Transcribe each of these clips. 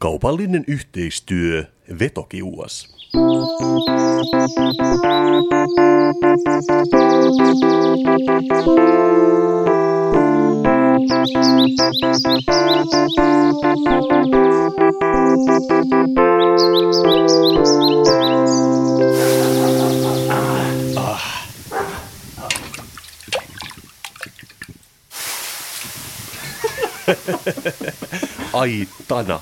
Kaupallinen yhteistyö Vetokiuas. Ai Tana.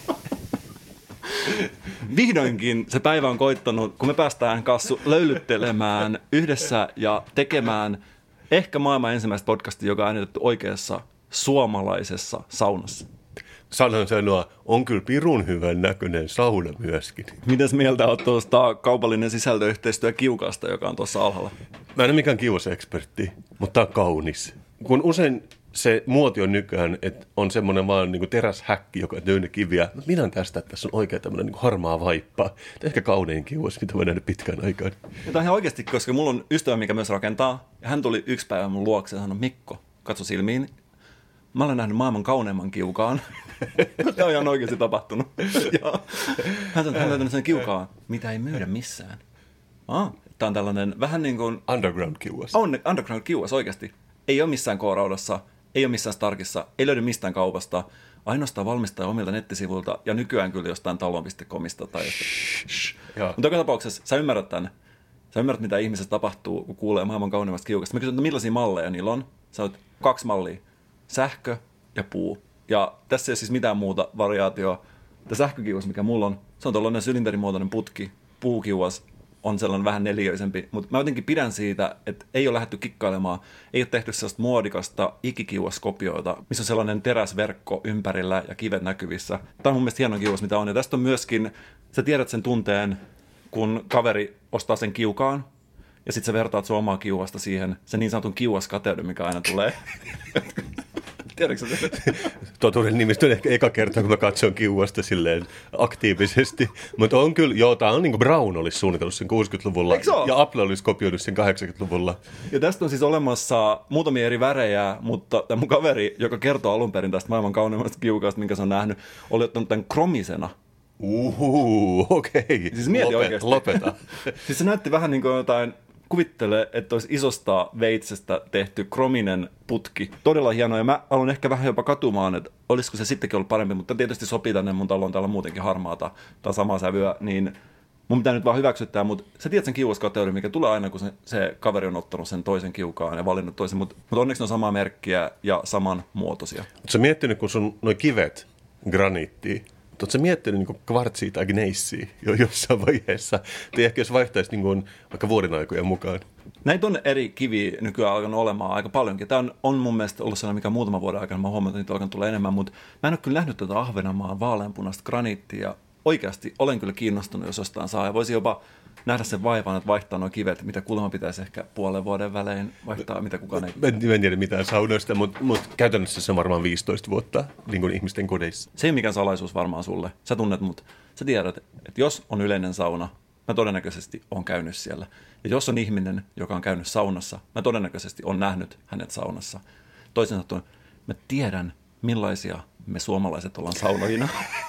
Vihdoinkin se päivä on koittanut, kun me päästään Kassu löylyttelemään yhdessä ja tekemään ehkä maailman ensimmäistä podcastia, joka on äänitetty oikeassa suomalaisessa saunassa. Sanon sanoa, on kyllä pirun hyvän näköinen sauna myöskin. Mitäs mieltä olet tuosta kaupallinen sisältöyhteistyö Kiukasta, joka on tuossa alhaalla? Mä en ole mikään kiusasekspertti, mutta tää on kaunis. Kun usein se muoti on nykyään, että on semmoinen vaan niin kuin teräshäkki, joka on täynnä kiviä. Minä on tästä, että tässä on oikein tämmöinen niin kuin harmaa vaippa. Ehkä kaunein kiuas, mitä mä nähnyt pitkään aikaan. Ja tämä on ihan oikeasti, koska mulla on ystävä, mikä myös rakentaa. Ja hän tuli yksi päivä mun luokse ja sanoi, Mikko, katso silmiin. Mä olen nähnyt maailman kauneimman kiukaan. Tämä on ihan oikeasti tapahtunut. Ja hän sanoi, että hän on löytänyt sen kiukaan, mitä ei myydä missään. Tämä on tällainen vähän niin kuin Underground kiuas. On underground kiuas oikeasti. Ei ole missään K-raudassa, ei ole missään Starkissa, ei löydy mistään kaupasta. Ainoastaan valmistaa omilta nettisivuilta ja nykyään kyllä jostain talon.comista tai jostain. Mutta joka tapauksessa sä ymmärrät tämän. Sä ymmärrät, mitä ihmisessä tapahtuu, kun kuulee maailman kauneimmasta kiukasta. Mä kysyn, että millaisia malleja niillä on. Sä oot 2 mallia. Sähkö ja puu. Ja tässä ei ole siis mitään muuta variaatioa. Tämä sähkökiuas, mikä mulla on, se on tällainen sylinterimuotoinen putki. Puukiuas on sellainen vähän neliöisempi. Mutta mä jotenkin pidän siitä, että ei ole lähdetty kikkailemaan. Ei ole tehty sellaista muodikasta ikikiuaskopioita, missä on sellainen teräsverkko ympärillä ja kivet näkyvissä. Tämä on mun mielestä hieno kiuas, mitä on. Ja tästä on myöskin, sä tiedät sen tunteen, kun kaveri ostaa sen kiukaan, ja sitten sä vertaat sun omaa kiuasta siihen, sen niin sanotun kiuaskateuden, mikä aina tulee. Tiedätkö sä? Totuuden nimistä on ehkä eka kerta, kun mä katson kiuasta silleen aktiivisesti. Mutta on kyllä, joo, tää on niin kuin Brown olisi suunnitellut sen 60-luvulla. Ja Apple olisi kopioinut sen 80-luvulla. Ja tästä on siis olemassa muutamia eri värejä, mutta tämä mun kaveri, joka kertoo alun perin tästä maailman kauneimmasta kiukaasta, minkä se on nähnyt, oli ottanut tämän kromisena. Okei. Siis mieti oikeasti. Lopeta. Siis se näytti vähän niin kuin jotain, kuvittele, että olisi isosta veitsestä tehty krominen putki. Todella hieno, ja mä aloin ehkä vähän jopa katumaan, että olisiko se sittenkin ollut parempi, mutta tietysti sopii tänne mun taloon, täällä on muutenkin harmaata tai samaa sävyä, niin mun pitää nyt vaan hyväksyttää, mutta sä tiedät sen kiuaskateuden, mikä tulee aina, kun se kaveri on ottanut sen toisen kiukaan ja valinnut toisen, mutta onneksi ne on samaa merkkiä ja saman muotoisia. Oletko sä miettinyt, kun sun noi kivet, graniittia, oletko sä miettinyt niin kvartsia tai gneissia jo jossain vaiheessa? Tai ehkä jos vaihtaisi niin vaikka vuodenaikojen mukaan. Näitä on eri kiviä nykyään alkanut olemaan aika paljonkin. Tämä on mun mielestä ollut sellainen, mikä muutaman vuoden aikana mä huomannut, että niitä alkanut tulla enemmän, mutta mä en ole kyllä nähnyt tätä Ahvenanmaan vaaleanpunaista graniittia. Oikeasti olen kyllä kiinnostunut, jos jostain saa. Ja voisi jopa nähdä sen vaivan, että vaihtaa nuo kivet, mitä kulma pitäisi ehkä puolen vuoden välein vaihtaa, mitä kukaan ei. Mä en tiedä mitään saunoista, mutta käytännössä se on varmaan 15 vuotta niin kuin ihmisten kodeissa. Se ei mikään salaisuus varmaan sulle. Sä tunnet mut. Sä tiedät, että jos on yleinen sauna, mä todennäköisesti on käynyt siellä. Ja jos on ihminen, joka on käynyt saunassa, mä todennäköisesti on nähnyt hänet saunassa. Toisin sanoen, mä tiedän, millaisia me suomalaiset ollaan saunojina.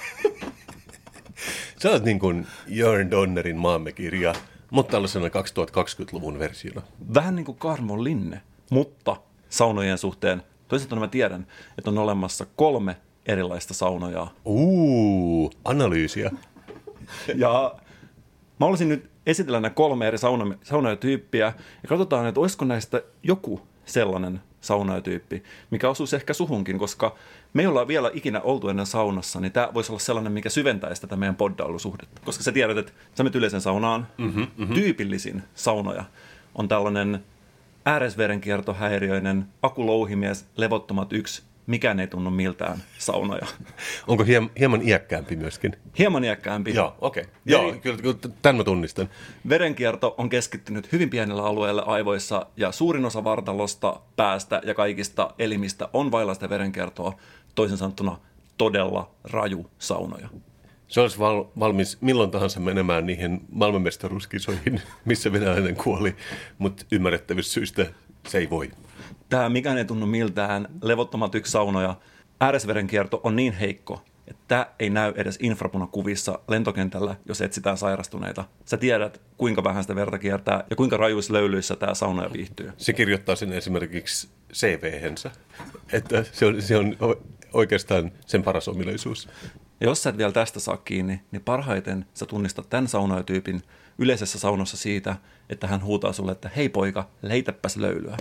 Sä oot niin kuin Jörn Donnerin Maamme-kirja, mutta tällaisena 2020-luvun versiona. Vähän niin kuin Karmo Linne, mutta saunojen suhteen. Toisaalta mä tiedän, että on olemassa 3 erilaista saunojaa. Analyysiä. Ja mä olisin nyt esitellä nämä 3 eri saunojatyyppiä ja katsotaan, että olisiko näistä joku sellainen saunojatyyppi, mikä osuisi ehkä suhunkin, koska me ei olla vielä ikinä oltu ennen saunassa, niin tämä voisi olla sellainen, mikä syventäisi tätä meidän poddailusuhdetta. Koska sä tiedät, että sä menet yleisen saunaan, tyypillisin saunoja on tällainen ääresverenkiertohäiriöinen, akulouhimies, levottomat 1, mikään ei tunnu miltään saunoja. Onko hieman iäkkäämpi myöskin? Hieman iäkkäämpi. Joo, okei. Joo, kyllä tämän mä tunnistan. Verenkierto on keskittynyt hyvin pienellä alueella aivoissa ja suurin osa vartalosta, päästä ja kaikista elimistä on vailla sitä verenkiertoa, toisin sanottuna todella raju saunoja. Se olisi valmis milloin tahansa menemään niihin maailmanmestaruuskisoihin, missä venäläinen kuoli, mutta ymmärrettävistä syistä se ei voi. Tämä mikään ei tunnu miltään, levottomat 1 saunoja. Ääresverenkierto on niin heikko, että tämä ei näy edes infrapunakuvissa lentokentällä, jos etsitään sairastuneita. Sä tiedät, kuinka vähän sitä verta kiertää ja kuinka rajuissa löylyissä tämä saunoja viihtyy. Se kirjoittaa sen esimerkiksi CV-hensä, että se on oikeastaan sen paras ominaisuus. Ja jos sä et vielä tästä saa kiinni, niin parhaiten sä tunnistat tämän saunojatyypin yleisessä saunassa siitä, että hän huutaa sulle, että hei poika, leitäpäs löylyä.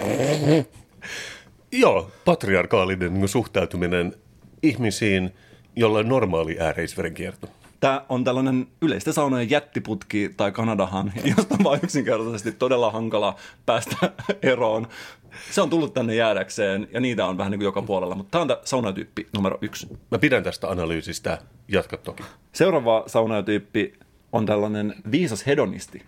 Joo, patriarkaalinen suhtautuminen ihmisiin, jolla on normaali ääreisverenkierto. Tämä on tällainen yleistä saunojen jättiputki tai Kanadahan, josta on vain yksinkertaisesti todella hankala päästä eroon. Se on tullut tänne jäädäkseen ja niitä on vähän niin kuin joka puolella, mutta tämä on tämä saunatyyppi numero 1. Mä pidän tästä analyysistä, jatka toki. Seuraava saunatyyppi on tällainen viisas hedonisti.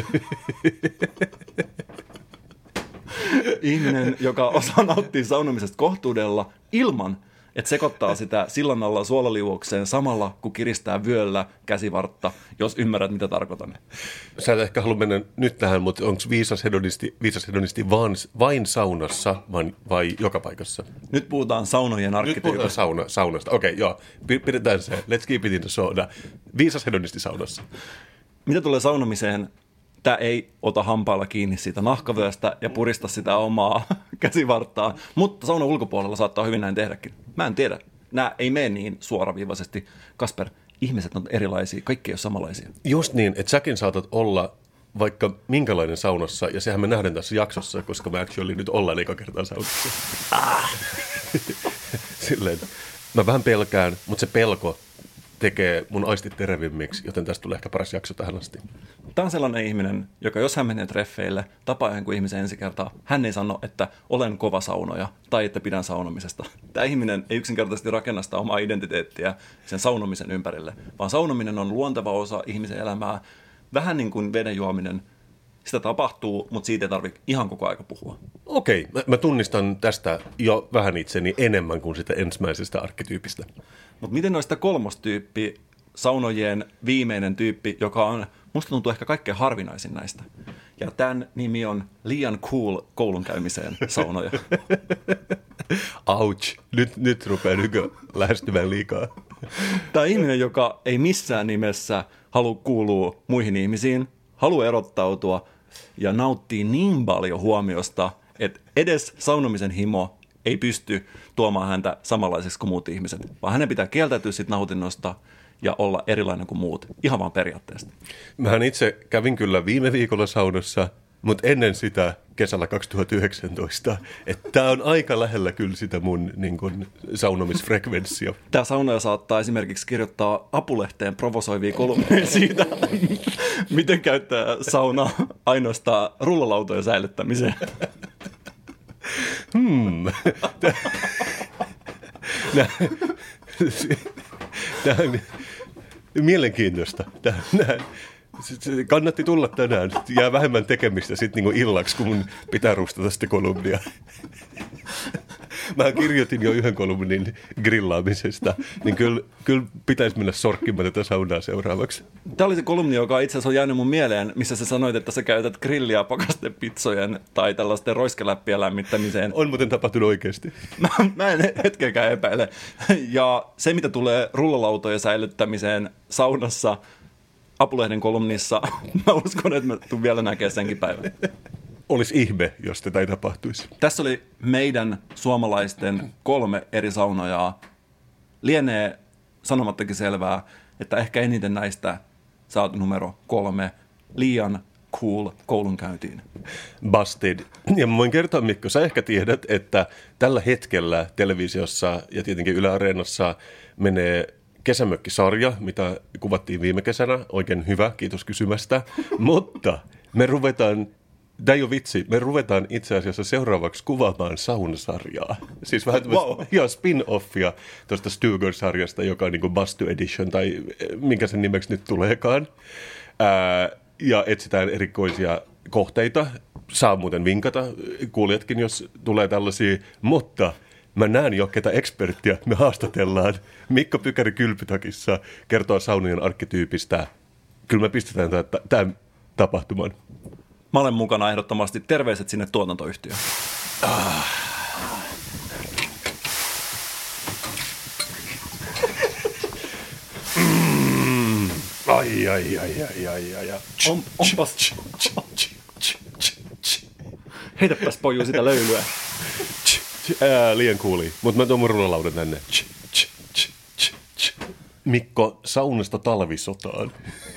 Ihminen, joka osaa nauttia saunomisesta kohtuudella ilman, että sekoittaa sitä sillan alla suolaliuokseen samalla, kun kiristää vyöllä käsivartta, jos ymmärrät, mitä tarkoitan. Sä et ehkä halua mennä nyt tähän, mutta onko viisas hedonisti vain saunassa vai joka paikassa? Nyt puhutaan saunojen arkkityypistä. Nyt puhutaan saunasta. Okei, joo. Pidetään se. Let's keep it in the sauna. Viisas hedonisti saunassa. Mitä tulee saunomiseen? Tämä ei ota hampailla kiinni siitä nahkavyöstä ja purista sitä omaa käsivarttaa, mutta saunan ulkopuolella saattaa hyvin näin tehdäkin. Mä en tiedä. Nämä ei mene niin suoraviivaisesti. Kasper, ihmiset on erilaisia, kaikki ei ole samanlaisia. Just niin, että säkin saatat olla vaikka minkälainen saunassa, ja sehän me nähdään tässä jaksossa, koska me actually nyt ollaan eka kertaa saunassa. Silleen, mä vähän pelkään, mutta se pelko tekee mun aistit terävimmiksi, joten tästä tulee ehkä paras jakso tähän asti. Tämä on sellainen ihminen, joka jos hän menee treffeille, tapaa jonkun ihmisen ensi kertaa, hän ei sano, että olen kova saunoja tai että pidän saunomisesta. Tämä ihminen ei yksinkertaisesti rakenna sitä omaa identiteettiä sen saunomisen ympärille, vaan saunominen on luonteva osa ihmisen elämää, vähän niin kuin veden juominen. Sitä tapahtuu, mutta siitä ei tarvitse ihan koko aika puhua. Okei, mä tunnistan tästä jo vähän itseni enemmän kuin sitä ensimmäisestä arkkityypistä. Mutta miten noista kolmostyyppi, saunojen viimeinen tyyppi, joka on, musta tuntuu ehkä kaikkein harvinaisin näistä. Ja tämän nimi on liian cool koulunkäymiseen saunoja. Ouch, nyt rupeaa lähestymään liikaa. Tämä ihminen, joka ei missään nimessä halua kuulua muihin ihmisiin, haluaa erottautua ja nauttii niin paljon huomiosta, että edes saunomisen himo ei pysty tuomaan häntä samanlaiseksi kuin muut ihmiset, vaan hänen pitää kieltäytyä siitä nautinnosta ja olla erilainen kuin muut, ihan vaan periaatteesta. Mähän itse kävin kyllä viime viikolla saunassa, mutta ennen sitä kesällä 2019, että tämä on aika lähellä kyllä sitä mun niin kun, saunomisfrekvenssia. Tämä saunoja saattaa esimerkiksi kirjoittaa apulehteen provosoivia kolumneja siitä, miten käyttää sauna ainoastaan rullalautojen säilyttämiseen. Tämä on mielenkiintoista. Kannatti tulla tänään. Jää vähemmän tekemistä sitten niinku illaksi, kun mun pitää rustata sitä kolumnia. Mä kirjoitin jo yhden kolumnin grillaamisesta, niin kyllä pitäisi mennä sorkkimaan tätä saunaa seuraavaksi. Tämä oli se kolumni, joka itse asiassa on jäänyt mun mieleen, missä sä sanoit, että sä käytät grilliä pakastepizzojen tai tällaisten roiskeläppien lämmittämiseen. On muuten tapahtunut oikeasti. Mä en hetkeäkään epäile. Ja se, mitä tulee rullalautojen säilyttämiseen saunassa, Apulehden kolumnissa, mä uskon, että mä tuun vielä näkemään senkin päivän. Olisi ihme, jos tätä ei tapahtuisi. Tässä oli meidän suomalaisten 3 eri saunojaa. Lienee sanomattakin selvää, että ehkä eniten näistä saat numero 3, liian cool koulunkäyntiin. Busted. Ja mä voin kertoa, Mikko, sä ehkä tiedät, että tällä hetkellä televisiossa ja tietenkin Yle Areenassa menee kesämökkisarja, mitä kuvattiin viime kesänä. Oikein hyvä, kiitos kysymästä. Mutta me ruvetaan itse asiassa seuraavaksi kuvaamaan saunasarjaa. Siis vähän spin-offia tuosta Stuger-sarjasta, joka on niin kuin Bustu Edition, tai minkä sen nimeksi nyt tuleekaan. Ja etsitään erikoisia kohteita. Saa muuten vinkata kuulijatkin, jos tulee tällaisia, mutta mä näen jo, ketä eksperttiä me haastatellaan. Mikko Pykäri kylpytakissa kertoo saunojen arkkityypistä. Kyllä me pistetään tämän tapahtuman. Mä olen mukana ehdottomasti. Terveiset sinne tuotantoyhtiöön. Ai. Onpas. Heitäpäs pojuu sitä löylyä. Liian kuuli, mutta mä tuon mun rullalaudan tänne. Mikko, saunasta talvisotaan.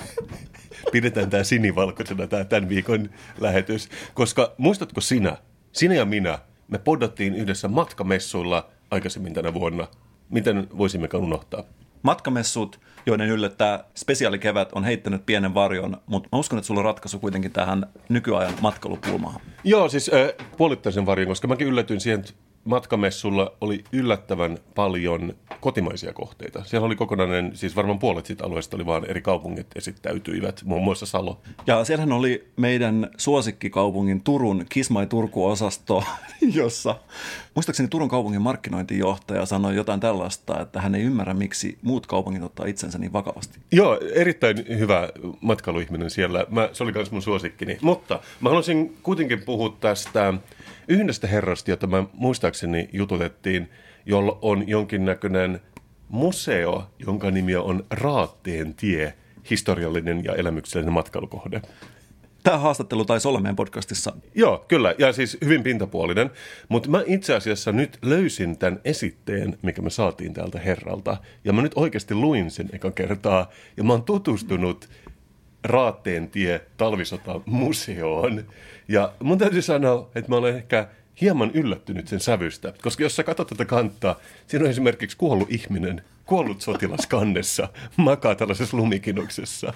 Pidetään tää sinivalkoisena tämän viikon lähetys. Koska muistatko sinä ja minä, me poddattiin yhdessä matkamessuilla aikaisemmin tänä vuonna. Miten voisimmekaan unohtaa? Matkamessut, joiden ylle tämä spesiaalikevät on heittänyt pienen varjon, mutta mä uskon, että sulla on ratkaisu kuitenkin tähän nykyajan matkailupulmaan. Joo, siis puolittaisen varjon, koska mäkin yllätyin siihen, että matkamessulla oli yllättävän paljon kotimaisia kohteita. Siellä oli kokonainen, siis varmaan puolet siitä alueesta oli vaan eri kaupungit esittäytyivät, muun muassa Salo. Ja siellähän oli meidän suosikkikaupungin Turun Kiss My Turku-osasto, jossa muistaakseni Turun kaupungin markkinointijohtaja sanoi jotain tällaista, että hän ei ymmärrä, miksi muut kaupungit ottaa itsensä niin vakavasti. Joo, erittäin hyvä matkailuihminen siellä. Se oli myös mun suosikkini. Mutta mä haluaisin kuitenkin puhua tästä yhdestä herrasta, jota mä muistaakseni jututettiin, jolla on jonkinnäköinen museo, jonka nimi on Raatteen tie, historiallinen ja elämyksellinen matkailukohde. Tämä haastattelu taisi olla meidän podcastissa. Joo, kyllä, ja siis hyvin pintapuolinen, mutta mä itse asiassa nyt löysin tämän esitteen, mikä me saatiin täältä herralta, ja mä nyt oikeasti luin sen eka kertaa, ja mä oon tutustunut Raatteen tie talvisota-museoon, ja mun täytyy sanoa, että mä olen ehkä hieman yllättynyt sen sävystä, koska jos sä katsot tätä kantaa, siinä on esimerkiksi kuollut ihminen, kuollut sotilas kannessa, makaa tällaisessa lumikinoksessa.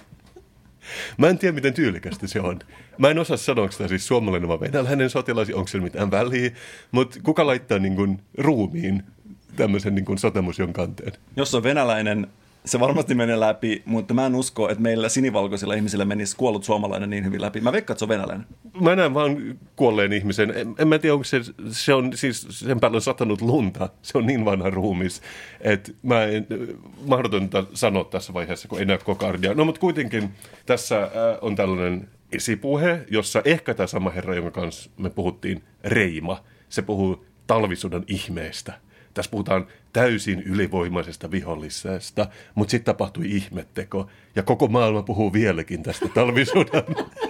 Mä en tiedä, miten tyylikästä se on. Mä en osaa sanoa, onko tämä siis suomalainen vai venäläinen sotilas, onko se mitään väliä, mutta kuka laittaa niin kuin ruumiin tämmöisen niin kuin sotamuseon kanteen? Jos on venäläinen, se varmasti menee läpi, mutta mä en usko, että meillä sinivalkoisilla ihmisillä menisi kuollut suomalainen niin hyvin läpi. Mä veikkaan, että se on venäläinen. Mä näen vaan kuolleen ihmisen. En mä tiedä, onko se on siis sen päällä on satanut lunta. Se on niin vanha ruumis, että mä en mahdotonta sanoa tässä vaiheessa, kun ei näy kokardia. No, mutta kuitenkin tässä on tällainen esipuhe, jossa ehkä tämä sama herra, jonka kanssa me puhuttiin, Reima, se puhuu talvisodan ihmeestä. Tässä puhutaan täysin ylivoimaisesta vihollisesta, mutta sitten tapahtui ihmetteko, ja koko maailma puhuu vieläkin tästä talvisodan.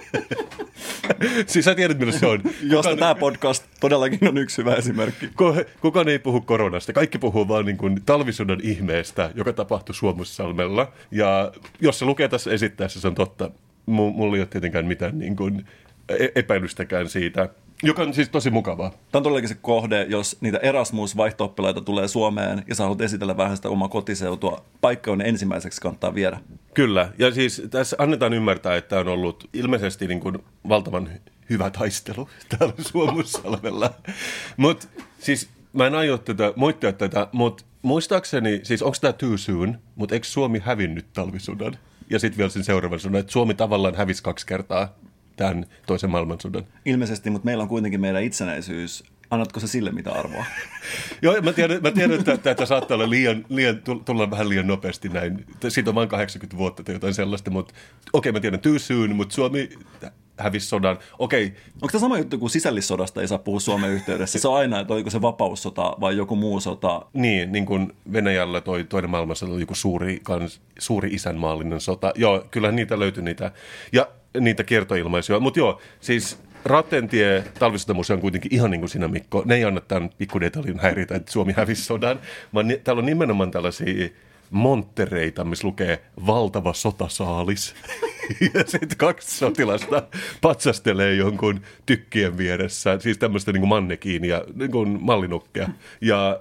Siis sä tiedät, millä se on. Josta tämä podcast todellakin on yksi hyvä esimerkki. Kukaan ei puhu koronasta. Kaikki puhuu vaan niin kuin talvisodan ihmeestä, joka tapahtui Suomussalmella. Ja jos se lukee tässä esittäessä, se on totta. Mulla ei ole tietenkään mitään niin kuin epäilystäkään siitä. Joka on siis tosi mukavaa. Tämä on todellakin se kohde, jos niitä Erasmus-vaihto-oppilaita tulee Suomeen ja sä haluat esitellä vähän sitä omaa kotiseutua. Paikka on ensimmäiseksi kannattaa viedä. Kyllä, ja siis tässä annetaan ymmärtää, että on ollut ilmeisesti niin kuin valtavan hyvä taistelu täällä Suomussalmella. Mutta siis mä en aio moittia tätä, mutta muistaakseni, siis onko tämä too soon, mutta eikö Suomi hävinnyt talvisodan? Ja sitten vielä sen seuraavan sodan, että Suomi tavallaan hävisi 2 kertaa tämän toisen maailmansodan. Ilmeisesti, mutta meillä on kuitenkin meidän itsenäisyys. Annatko se sille mitä arvoa? Joo, mä tiedän, että tämä saattaa olla tulla vähän liian nopeasti näin. Siitä on vain 80 vuotta tai jotain sellaista, mutta okei, mä tiedän too soon, mutta Suomi hävisi sodan. Okei. Onko tämä sama juttu kuin sisällissodasta ei saa puhua Suomen yhteydessä? Se on aina, että oliko se vapaussota vai joku muu sota? Niin kuin Venäjällä toinen maailmansota oli joku suuri isänmaallinen sota. Joo, kyllä niitä löytyi niitä kiertoilmaisuja. Mutta joo, siis Raatteen-tie talvisotamuseo on kuitenkin ihan niin kuin sinä, Mikko. Ne ei anna tämän pikkudetalin häiritä, että Suomi hävisi sodan, vaan täällä on nimenomaan tällaisia monttereita, missä lukee valtava sotasaalis. Ja sitten 2 sotilasta patsastelee jonkun tykkien vieressä, siis tämmöistä niin kuin mannekiinia, niin kuin mallinukkea. Ja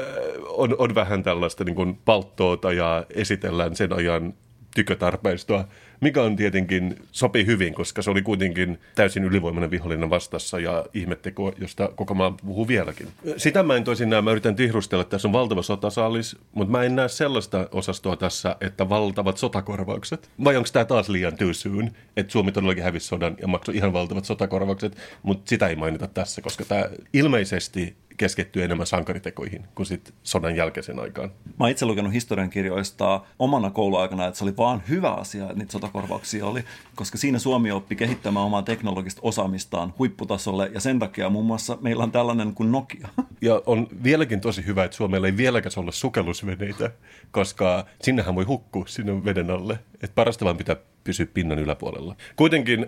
on vähän tällaista niin kuin palttoota ja esitellään sen ajan tykötarpeistoa, mikä on tietenkin sopii hyvin, koska se oli kuitenkin täysin ylivoimainen vihollinen vastassa ja ihmetteko, josta koko maa puhuu vieläkin. Sitä mä en toisin näe, mä yritän tihrustella, että tässä on valtava sotasaalis, mutta mä en näe sellaista osastoa tässä, että valtavat sotakorvaukset. Vai onko tämä taas liian too soon, että Suomi todellakin hävisi sodan ja maksoi ihan valtavat sotakorvaukset, mutta sitä ei mainita tässä, koska tämä ilmeisesti keskittyy enemmän sankaritekoihin kuin sit sodan jälkeisen aikaan. Mä oon itse lukenut historiankirjoista omana kouluaikana, että se oli vaan hyvä asia, että niitä sotakorvauksia oli, koska siinä Suomi oppi kehittämään omaa teknologista osaamistaan huipputasolle, ja sen takia muun muassa meillä on tällainen kuin Nokia. Ja on vieläkin tosi hyvä, että Suomella ei vieläkään olla sukellusveneitä, koska sinnehän voi hukkua sinne veden alle. Että parasta vaan pitää pysyä pinnan yläpuolella. Kuitenkin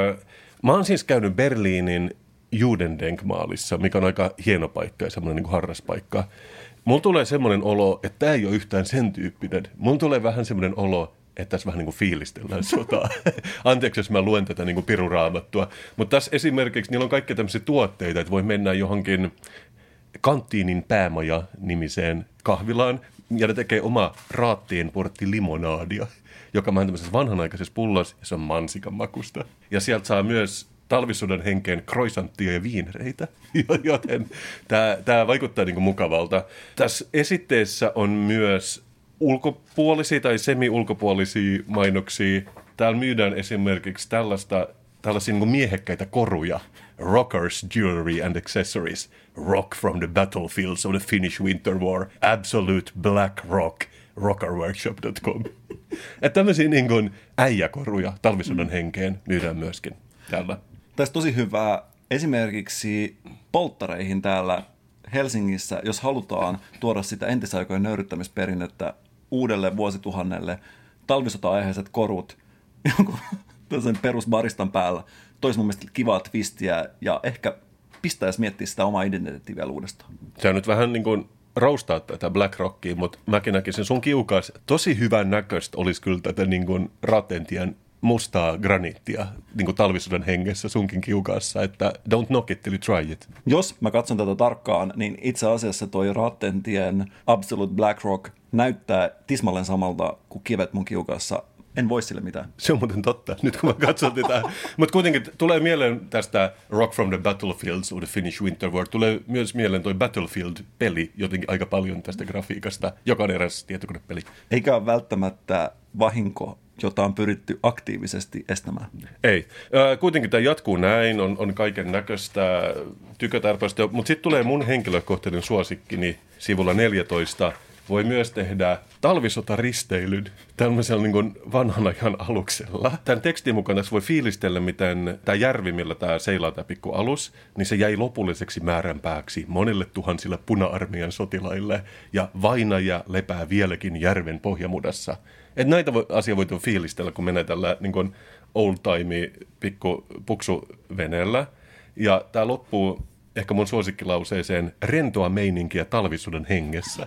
mä oon siis käynyt Berliinin Judendenkmaalissa, mikä on aika hieno paikka ja semmoinen niin kuin harraspaikka. Mulla tulee semmoinen olo, että tämä ei ole yhtään sen tyyppinen. Mulla tulee vähän semmoinen olo, että tässä vähän niin kuin fiilistellään sotaa. Anteeksi, jos mä luen tätä niin kuin piruraamattua. Mutta tässä esimerkiksi niillä on kaikkia tämmöisiä tuotteita, että voi mennä johonkin Kanttiinin päämaja-nimiseen kahvilaan, ja ne tekee oma raattien portti limonaadia, joka on tämmöisessä vanhanaikaisessa pullossa, ja se on mansikan makusta. Ja sieltä saa myös talvisodan henkeen croissanttia ja viinereitä, joten tämä vaikuttaa niin kuin mukavalta. Tässä esitteessä on myös ulkopuolisia tai semi-ulkopuolisia mainoksia. Täällä myydään esimerkiksi tällaisia niin kuin miehekkäitä koruja. Rockers, jewelry and accessories. Rock from the battlefields of the Finnish Winter War. Absolute black rock. Rockerworkshop.com. Että tämmöisiä niin kuin äijäkoruja talvisodan henkeen myydään myöskin täällä. Tässä tosi hyvää esimerkiksi polttareihin täällä Helsingissä, jos halutaan tuoda sitä entisaikojen nöyryttämisperinnettä uudelle vuosituhannelle, talvisota-aiheiset korut jonkun perusbaristan päällä toisi mun mielestä kivaa twistiä ja ehkä pistäisi miettiä sitä omaa identiteettiä vielä uudestaan. Se on nyt vähän niin kuin roustaa tätä Black Rockia, mutta mäkin näkisin sun kiukaas. Tosi hyvän näköistä olisi kyllä tätä niin kuin Raatteentien mustaa graniittia niin kuin talvisodan hengessä sunkin kiukaassa, että don't knock it till you try it. Jos mä katson tätä tarkkaan, niin itse asiassa toi Raatteentien Absolute Black Rock näyttää tismalleen samalta kuin kivet mun kiukaassa. En voi sille mitään. Se on muuten totta, nyt kun mä katson tätä. Mutta kuitenkin tulee mieleen tästä Rock from the Battlefields of the Finnish Winter War. Tulee myös mieleen toi Battlefield-peli jotenkin aika paljon tästä grafiikasta, joka on eräs tietokonepeli. Eikä ole välttämättä vahinko, jota on pyritty aktiivisesti estämään. Ei. Kuitenkin tämä jatkuu näin, on kaiken näköistä tykötärpäistä, mutta sitten tulee mun henkilökohtainen suosikkini sivulla 14. Voi myös tehdä talvisotaristeilyn tämmöisellä niin kuin vanhan ajan aluksella. Tämän tekstin mukaan tässä voi fiilistellä, miten tämä järvi, millä tämä seilaa tämä pikku alus, niin se jäi lopulliseksi määränpääksi monille tuhansille puna-armeijan sotilaille, ja vainaja lepää vieläkin järven pohjamudassa. Että näitä asioita voi fiilistellä, kun menee tällä niin kuin old-timey pikku puksuveneellä. Ja tämä loppuu ehkä mun suosikkilauseeseen rentoa meininkiä talvisodan hengessä.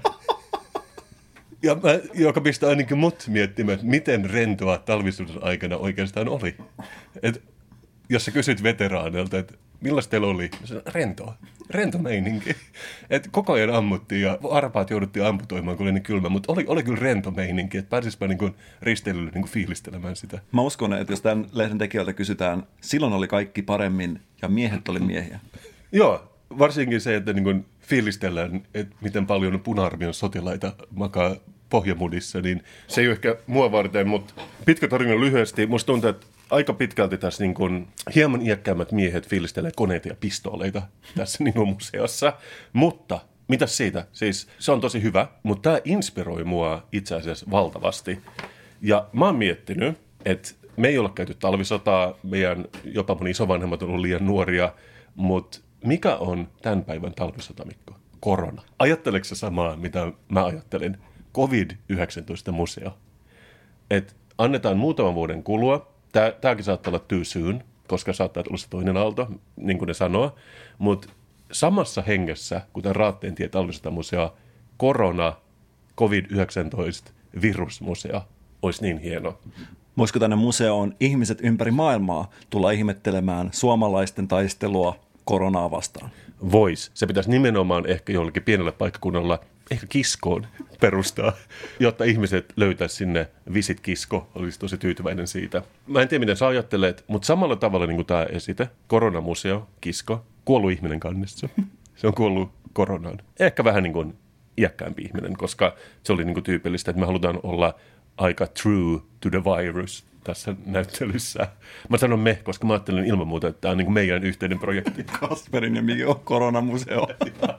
Ja joka pistää ainakin mut miettimään, että miten rentoa talvisodan aikana oikeastaan oli. Et jos sä kysyt veteraanilta, että millaista teillä oli, rento meininki. Et koko ajan ammuttiin ja arpaat jouduttiin amputoimaan, kun oli niin kylmä, mutta oli kyllä rento meininki, että pääsispä niin risteilylle niin fiilistelemään sitä. Mä uskon, että jos tämän lehden tekijöiltä kysytään, silloin oli kaikki paremmin ja miehet oli miehiä. Joo. Varsinkin se, että niin fiilistellään, että miten paljon puna-armeijan sotilaita makaa pohjamudissa, niin se ei ole ehkä mua varten, mutta pitkä tarina lyhyesti. Musta tuntuu, että aika pitkälti tässä niin kuin hieman iäkkäämmät miehet fiilistelee koneita ja pistooleita tässä niin kuin museossa. Mutta mitäs siitä? Siis se on tosi hyvä, mutta tämä inspiroi mua itse asiassa valtavasti. Ja mä oon miettinyt, että me ei olla käyty talvisotaa, meidän jopa mun isovanhemmat on ollut liian nuoria, mutta mikä on tämän päivän talvisota, Mikko? Korona. Ajatteleeko sä samaa, mitä mä ajattelin? COVID-19-museo. Että annetaan muutaman vuoden kulua. Tämäkin saattaa olla too soon, koska saattaa tulla se toinen aalto, niin kuin ne sanoo. Mutta samassa hengessä, kuten Raatteentien talvisotamuseo, korona, COVID-19, virusmuseo, olisi niin hieno. Voisiko tänne museoon ihmiset ympäri maailmaa tulla ihmettelemään suomalaisten taistelua koronaa vastaan? Vois. Se pitäisi nimenomaan ehkä jollekin pienelle paikkakunnalla, ehkä Kiskoon perustaa, jotta ihmiset löytäisi sinne Visit Kisko, olisi tosi tyytyväinen siitä. Mä en tiedä, miten sä ajattelet, mutta samalla tavalla niin kuin tämä esite, koronamuseo, Kisko, kuollut ihminen kannessa. Se on kuollut koronaan. Ehkä vähän niin kuin iäkkäämpi ihminen, koska se oli niin kuin tyypillistä, että me halutaan olla aika true to the virus tässä näyttelyssä. Mä sanon me, koska mä ajattelen ilman muuta, että tämä on niin kuin meidän yhteinen projekti. Kasperin ja Mikon koronamuseo.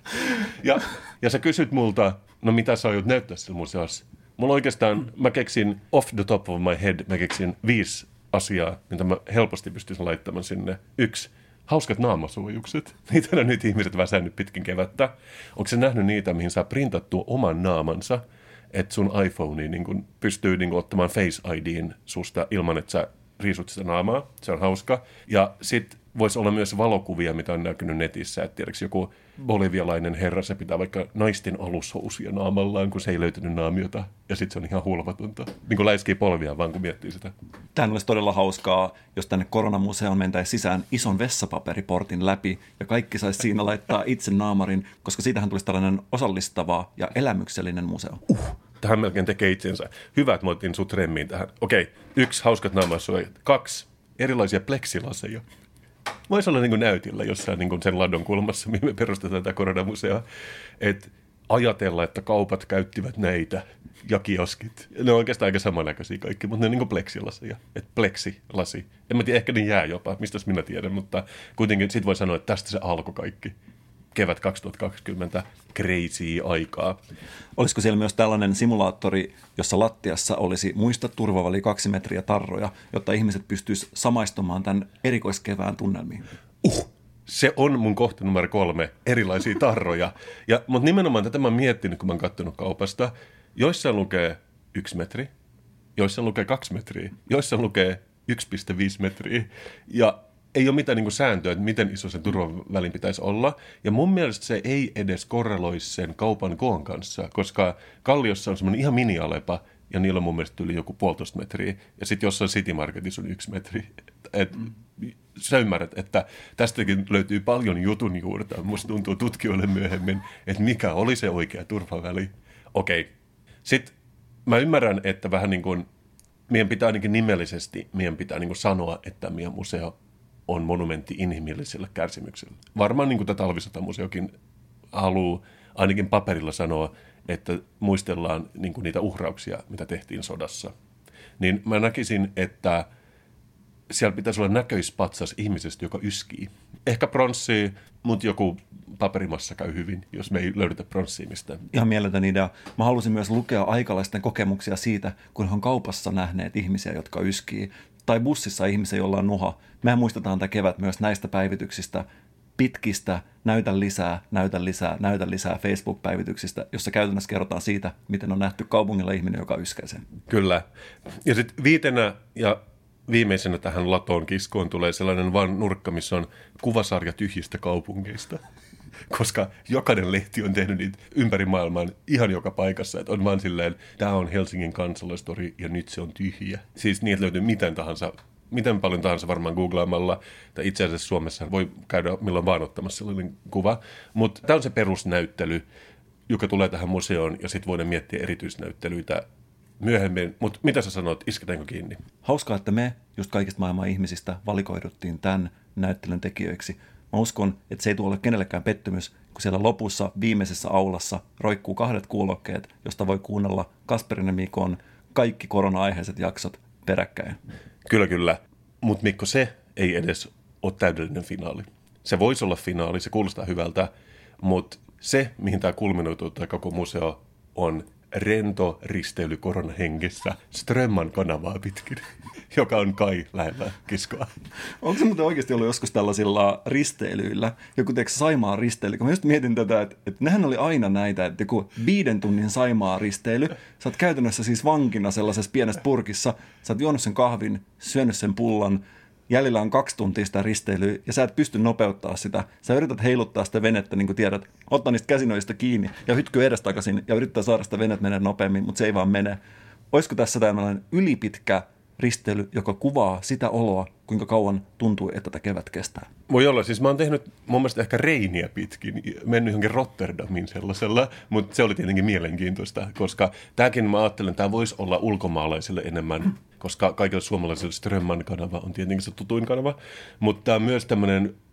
Ja sä kysyt multa, no mitä sä aiot näyttää sillä museossa? Mulla oikeastaan, mä keksin off the top of my head, mä keksin 5 asiaa, mitä mä helposti pystyisin laittamaan sinne. 1. Hauskat naamasuojukset. Niitä on nyt ihmiset väsännyt pitkin kevättä. Onko se nähnyt niitä, mihin saa printattua oman naamansa, että sun iPhone niin pystyy niin ottamaan Face IDin susta ilman, että sä riisut sitä naamaa. Se on hauska. Ja sitten voisi olla myös valokuvia, mitä on näkynyt netissä. Että tiedätkö, joku bolivialainen herra, se pitää vaikka naisten alushousuja naamallaan, kun se ei löytynyt naamiota. Ja sitten se on ihan hulvatonta. Niin kuin läiskii polvia vaan, kun miettii sitä. Tämä olisi todella hauskaa, jos tänne koronamuseoon mentäisiin sisään ison vessapaperiportin läpi ja kaikki saisi siinä laittaa itse naamarin, koska siitähän tulisi tällainen osallistava ja elämyksellinen museo. Tähän melkein tekee itsensä. Hyvä, että mä otin sut remmiin tähän. Okei, 1. Hauskat naamasuojat. 2. Erilaisia pleksilaseja. Voisi olla niin kuin näytillä jossain niin kuin sen ladon kulmassa, mihin me perustetaan tätä koronamuseoa. Että ajatella, että kaupat käyttivät näitä ja kioskit. Ne on oikeastaan aika samannäköisiä kaikki, mutta ne on niin kuin pleksilaseja. Että pleksilasi. En mä tiedä, ehkä ne jää jopa, mistäs minä tiedän, mutta kuitenkin sit voi sanoa, että tästä se alkoi kaikki. Kevät 2020, crazy aikaa. Olisiko siellä myös tällainen simulaattori, jossa lattiassa olisi muista turvaväli 2 metriä tarroja, jotta ihmiset pystyisivät samaistumaan tämän erikoiskevään tunnelmiin? Se on mun kohta numero 3, erilaisia tarroja. Mutta nimenomaan tätä mä oon miettinyt, kun mä oon katsonut kaupasta. Joissain lukee 1 metri, joissain lukee 2 metriä, joissain lukee 1,5 metriä. Ja ei ole mitään niin kuin sääntöä, että miten iso sen turvavälin pitäisi olla. Ja mun mielestä se ei edes korreloi sen kaupan koon kanssa, koska Kalliossa on semmoinen ihan mini-Alepa, ja niillä on mun mielestä yli joku 1,5 metriä. Ja sitten jossain City Marketissa on 1 metri. Sä ymmärrät, että tästäkin löytyy paljon jutun juurta. Musta tuntuu tutkijoille myöhemmin, että mikä oli se oikea turvaväli. Okei. Sitten mä ymmärrän, että vähän niin kuin meidän pitää ainakin nimellisesti, meidän pitää niin kuin sanoa, että meidän museo on monumentti inhimilliselle kärsimykselle. Varmaan niin kuin tämä Talvisotamuseokin haluaa ainakin paperilla sanoa, että muistellaan niin kuin niitä uhrauksia, mitä tehtiin sodassa. Niin mä näkisin, että siellä pitäisi olla näköispatsas ihmisestä, joka yskii. Ehkä pronssia, mutta joku paperimassa käy hyvin, jos me ei löydetä pronssia mistään. Ihan mieletön idea. Mä halusin myös lukea aikalaisten kokemuksia siitä, kun he on kaupassa nähneet ihmisiä, jotka yskii, tai bussissa ihmisiä, joilla on nuha. Me muistetaan tämä kevät myös näistä päivityksistä, pitkistä näytä lisää Facebook-päivityksistä, jossa käytännössä kerrotaan siitä, miten on nähty kaupungilla ihminen, joka yskäisee. Kyllä. Ja sitten 5. ja viimeisenä tähän latoon kiskoon tulee sellainen vaan nurkka, missä on kuvasarja tyhjistä kaupungeista. Koska jokainen lehti on tehnyt niitä ympäri maailmaa ihan joka paikassa. Että on vaan silleen, tämä on Helsingin Kansallistori ja nyt se on tyhjä. Siis niitä löytyy miten paljon tahansa varmaan googlaamalla. Tai itse asiassa Suomessa voi käydä milloin vaan ottamassa sellainen kuva. Mutta tämä on se perusnäyttely, joka tulee tähän museoon ja sitten voidaan miettiä erityisnäyttelyitä myöhemmin. Mutta mitä sä sanot, isketäänkö kiinni? Hauskaa, että me just kaikista maailman ihmisistä valikoiduttiin tämän näyttelyn tekijöiksi. Mä uskon, että se ei tule ole kenellekään pettymys, kun siellä lopussa viimeisessä aulassa roikkuu 2 kuulokkeet, josta voi kuunnella Kasperin ja Mikon kaikki korona-aiheiset jaksot peräkkäin. Kyllä. Mutta Mikko, se ei edes ole täydellinen finaali. Se voisi olla finaali, se kuulostaa hyvältä, mutta se, mihin tämä kulminoituu, tämä koko museo, on rento risteily koronahengessä Strömman kanavaa pitkin, joka on kai lähellä kiskoa. Onko se muuten oikeasti ollut joskus tällaisilla risteilyillä, joku teekö Saimaan risteily? Kun mä just mietin tätä, että nehän oli aina näitä, että joku 5 tunnin Saimaan risteily, sä oot käytännössä siis vankina sellaisessa pienessä purkissa, sä oot juonut sen kahvin, syönyt sen pullan, jäljellä on 2 tuntia sitä risteilyä ja sä et pysty nopeuttaa sitä. Sä yrität heiluttaa sitä venettä, niin kuin tiedät, ottaa niistä käsinöistä kiinni ja hytkyy edestakaisin ja yrittää saada sitä venet menee nopeammin, mutta se ei vaan mene. Olisiko tässä tämmöinen ylipitkä risteily, joka kuvaa sitä oloa, kuinka kauan tuntuu, että tätä kevät kestää? Voi olla. Siis mä oon tehnyt mun mielestä ehkä Reiniä pitkin, mennyt johonkin Rotterdamin sellaisella, mutta se oli tietenkin mielenkiintoista, koska tämäkin mä ajattelen, että tämä voisi olla ulkomaalaisille enemmän, koska kaikille suomalaisille Strömman kanava on tietenkin se tutuin kanava, mutta tämä on myös tämmöinen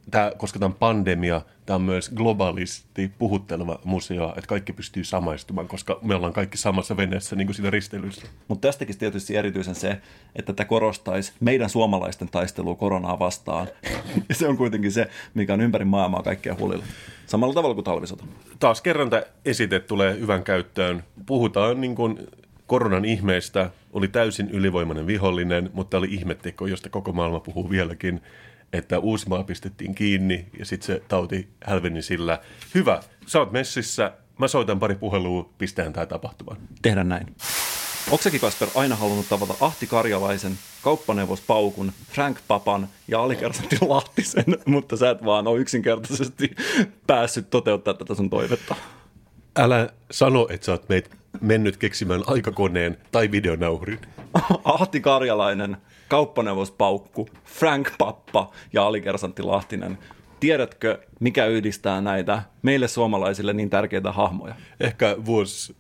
koska tämä on pandemia, tämä on myös globaalisti puhutteleva museo, että kaikki pystyy samaistumaan, koska me ollaan kaikki samassa veneessä niin kuin siinä risteilyssä. Mutta tästäkin tietysti erityisen se, että tämä korostaisi meidän suomalaisten taistelua koronaa vastaan. Ja se on kuitenkin se, mikä on ympäri maailmaa kaikkea huolilla. Samalla tavalla kuin talvisota. Taas kerran tämä esite tulee hyvän käyttöön. Puhutaan niin kuin koronan ihmeestä. Oli täysin ylivoimainen vihollinen, mutta oli ihmeteko, josta koko maailma puhuu vieläkin, että Uusimaa pistettiin kiinni ja sitten se tauti hälveni sillä. Hyvä, sä oot messissä, mä soitan pari puhelua, pistään tää tapahtumaan. Tehdään näin. Oksakin Kasper aina halunnut tavata Ahti Karjalaisen, kauppaneuvos Paukun, Frank Papan ja alikersantti Lahtisen, mutta sä et vaan ole yksinkertaisesti päässyt toteuttaa tätä sun toivetta. Älä sano, että sä oot mennyt keksimään aikakoneen tai videonauhurin. Ahti Karjalainen, kauppaneuvos Paukku, Frank Pappa ja alikersantti Lahtinen. Tiedätkö, mikä yhdistää näitä meille suomalaisille niin tärkeitä hahmoja? Ehkä vuosi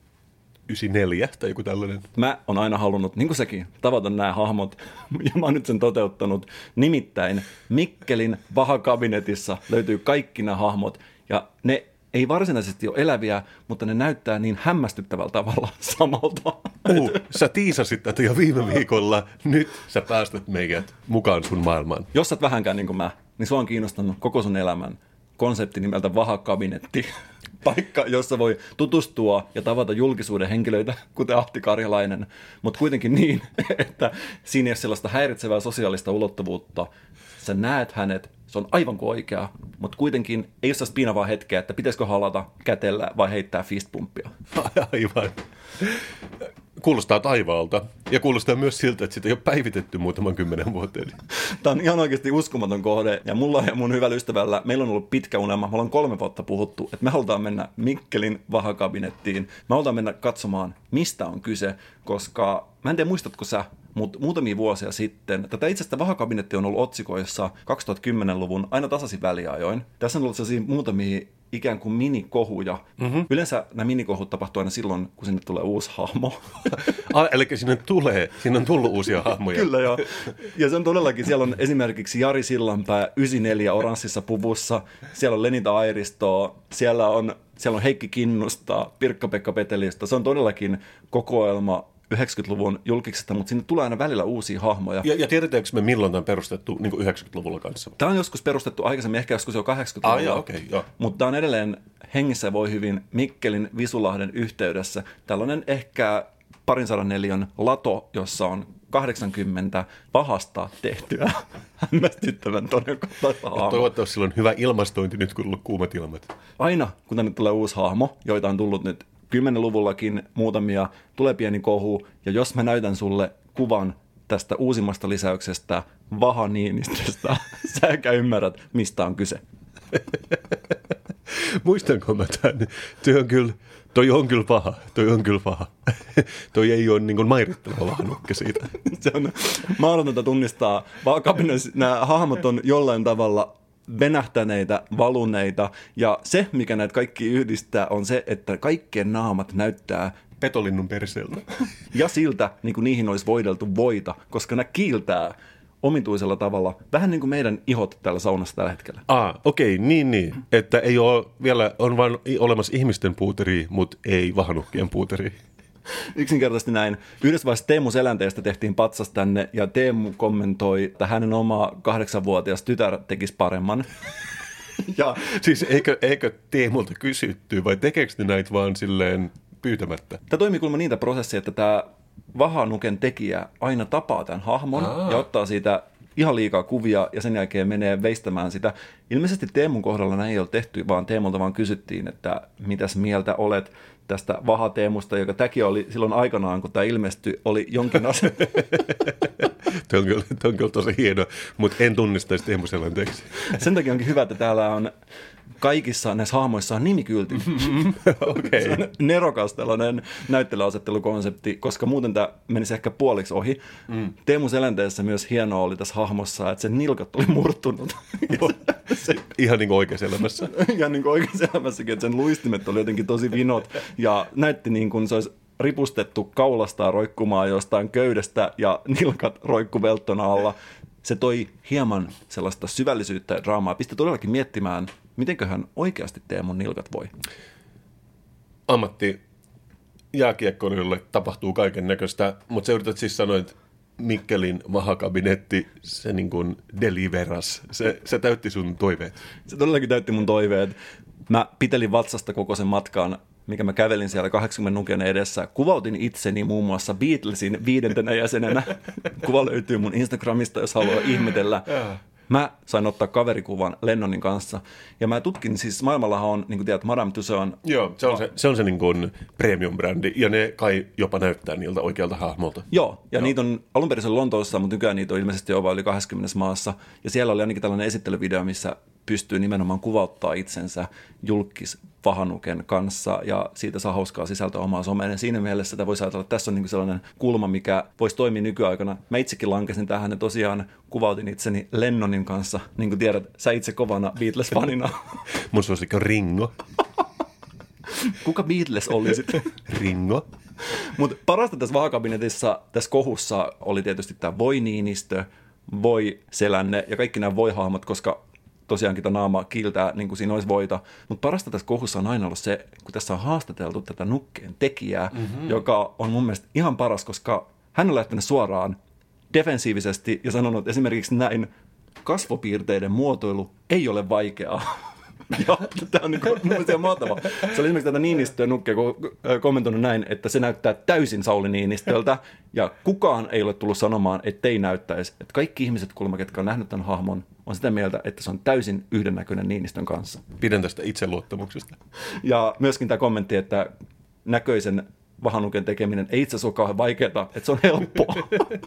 94 tai joku tällainen. Mä oon aina halunnut, niin kuin sekin, tavata nämä hahmot, ja mä oon nyt sen toteuttanut. Nimittäin Mikkelin vahakabinetissa löytyy kaikki nämä hahmot, ja ne ei varsinaisesti ole eläviä, mutta ne näyttää niin hämmästyttävällä tavalla samalta. Sä tiisasit tätä jo viime viikolla. Nyt sä päästät meidät mukaan sun maailmaan. Jos sä et vähänkään niin kuin mä, niin sua on kiinnostanut koko sun elämän konsepti nimeltä vahakabinetti. Paikka, jossa voi tutustua ja tavata julkisuuden henkilöitä, kuten Ahti Karjalainen, mutta kuitenkin niin, että siinä ei ole sellaista häiritsevää sosiaalista ulottuvuutta. Sä näet hänet, se on aivan kuin oikea, mutta kuitenkin ei ole sellaista piinavaa hetkeä, että pitäisikö halata, kätellä vai heittää fistpumppia. Aivan. Kuulostaa taivaalta ja kuulostaa myös siltä, että sitä ei ole päivitetty muutaman 10 vuoteen. Tämä on ihan oikeasti uskomaton kohde ja mulla ja mun hyvällä ystävällä meillä on ollut pitkä unelma. Me ollaan 3 vuotta puhuttu, että me halutaan mennä Mikkelin vahakabinettiin. Me halutaan mennä katsomaan, mistä on kyse, koska mä en tiedä muistatko sä, mutta muutamia vuosia sitten, tätä itse asiassa vahakabinetti on ollut otsikoissa 2010-luvun aina tasaisin väliajoin. Tässä on ollut sellaisia muutamia ikään kuin minikohuja. Mm-hmm. Yleensä nämä minikohut tapahtuu aina silloin, kun sinne tulee uusi hahmo. Eli siinä on tullut uusia hahmoja. Kyllä joo. Ja se on todellakin, siellä on esimerkiksi Jari Sillanpää 94 oranssissa puvussa, siellä on Lenita Airistoa, siellä on Heikki Kinnusta, Pirkka-Pekka Petelistä. Se on todellakin kokoelma 90-luvun julkiksesta, mutta sinne tulee aina välillä uusia hahmoja. Ja tiedetäänkö me milloin tämä on perustettu niin kuin 90-luvulla kanssa? Tämä on joskus perustettu aikaisemmin, ehkä joskus jo 80-luvulla. Okay. Mutta tämä on edelleen hengissä voi hyvin Mikkelin Visulahden yhteydessä. Tällainen ehkä 200 neliön lato, jossa on 80 pahasta tehtyä hämmästyttävän todennäköistä hahmoa. Toivottavasti sillä on hyvä ilmastointi nyt, kun on ollut kuumat ilmat. Aina, kun tänne tulee uusi hahmo, joita on tullut nyt 10-luvullakin muutamia, tulee pieni kohu, ja jos mä näytän sulle kuvan tästä uusimmasta lisäyksestä Vaha Niinistöstä, säkä ymmärrät, mistä on kyse. Muistanko mä tämän? Toi on kyllä paha. Toi ei ole niin kuin mairitteleva vahanukke siitä. Se on mahdotonta tunnistaa. Vahakabinetissa nämä hahmot on jollain tavalla venähtäneitä, valuneita, ja se, mikä näitä kaikki yhdistää, on se, että kaikkien naamat näyttää petolinnun perseeltä. Ja siltä, niin kuin niihin olisi voideltu voita, koska nämä kiiltää omituisella tavalla, vähän niin kuin meidän ihot täällä saunassa tällä hetkellä. Okei, niin. Että ei ole vielä, on vain olemassa ihmisten puuteria, mutta ei vahanukkien puuteria. Yksinkertaisesti näin. Yhdessä vaiheessa Teemu Selänteestä tehtiin patsas tänne, ja Teemu kommentoi, että hänen oma 8-vuotias tytär tekisi paremman. Ja siis eikö Teemulta kysytty, vai tekeekö ne näitä vaan silleen pyytämättä? Tämä toimii kuulemma niitä prosesseja, että tämä vahanuken tekijä aina tapaa tämän hahmon ja ottaa siitä ihan liikaa kuvia ja sen jälkeen menee veistämään sitä. Ilmeisesti Teemun kohdalla näin ei ole tehty, vaan Teemulta vaan kysyttiin, että mitäs mieltä olet tästä Vaha-Teemusta, joka tämäkin oli silloin aikanaan, kun tämä ilmestyi, oli jonkin asia. Tämä on kyllä tosi hieno, mutta en tunnistaisi Teemu Selänteeksi. Sen takia onkin hyvä, että täällä on kaikissa näissä hahmoissa on nimikylti. Okay. Se on nerokas tällainen näyttelyasettelukonsepti, koska muuten tämä menisi ehkä puoliksi ohi. Teemu Selänteessä myös hienoa oli tässä hahmossa, että sen nilkat oli murtunut. Ihan niin kuin oikeassa elämässä. Ihan niin kuin oikeassa elämässäkin, että sen luistimet oli jotenkin tosi vinot ja näytti niin kuin se olisi ripustettu kaulastaan roikkumaan jostain köydestä ja nilkat roikku velttona alla. se toi hieman sellaista syvällisyyttä ja draamaa. Pisti todellakin miettimään, mitenköhän oikeasti Teemun nilkat voi. Jääkiekkoilijoille tapahtuu kaiken näköistä, mutta sä yrität siis sanoa, että Mikkelin vahakabinetti, se niin kuin deliveras, se täytti sun toiveet. Se todellakin täytti mun toiveet. Mä pitelin vatsasta koko sen matkan, mikä mä kävelin siellä 80 nuken edessä. Kuvautin itseni muun muassa Beatlesin 5. jäsenenä. Kuva löytyy mun Instagramista, jos haluaa ihmetellä. Mä sain ottaa kaverikuvan Lennonin kanssa, ja mä tutkin, siis maailmallahan on, niin kuin tiedät, Madame Tussauds. Joo, se on se niin kuin premium-brändi, ja ne kai jopa näyttää niiltä oikealta hahmolta. Joo, ja niitä on alun perin Lontoossa, mutta nykyään niitä on ilmeisesti jo yli 20 maassa, ja siellä oli ainakin tällainen esittelyvideo, missä pystyy nimenomaan kuvauttaa itsensä julkisvahanuken kanssa, ja siitä saa hauskaa sisältöä omaa someen. Ja siinä mielessä sitä voisi ajatella, että tässä on niin sellainen kulma, mikä voisi toimia nykyaikana. Mä itsekin lankesin tähän, ja tosiaan kuvautin itseni Lennonin kanssa. Niin kuin tiedät, sä itse kovana Beatles-fanina. Mun suosikki on Ringo. Kuka Beatles oli sitten? Ringo. Mutta parasta tässä vahakabinetissa, tässä kohussa oli tietysti tämä Voi Niinistö, Voi Selänne ja kaikki nämä Voi-hahmot, koska tosiaankin tämä naama kiiltää niin kuin siinä olisi voita. Mutta parasta tässä kohussa on aina ollut se, kun tässä on haastateltu tätä nukkeen tekijää, joka on mun mielestä ihan paras, koska hän on lähtenyt suoraan defensiivisesti ja sanonut esimerkiksi näin, kasvopiirteiden muotoilu ei ole vaikeaa. Ja tämä on niin kuin mahtavaa. Se oli esimerkiksi tätä Niinistöä nukkea kommentoinut näin, että se näyttää täysin Sauli Niinistöltä, ja kukaan ei ole tullut sanomaan, ettei näyttäisi. Että kaikki ihmiset kulma, ketkä on nähnyt tämän hahmon, on sitä mieltä, että se on täysin yhdennäköinen Niinistön kanssa. Pidän tästä itseluottamuksesta. Ja myöskin tämä kommentti, että näköisen vahanuken tekeminen ei itse asiassa ole kauhean vaikeaa, että se on helppoa.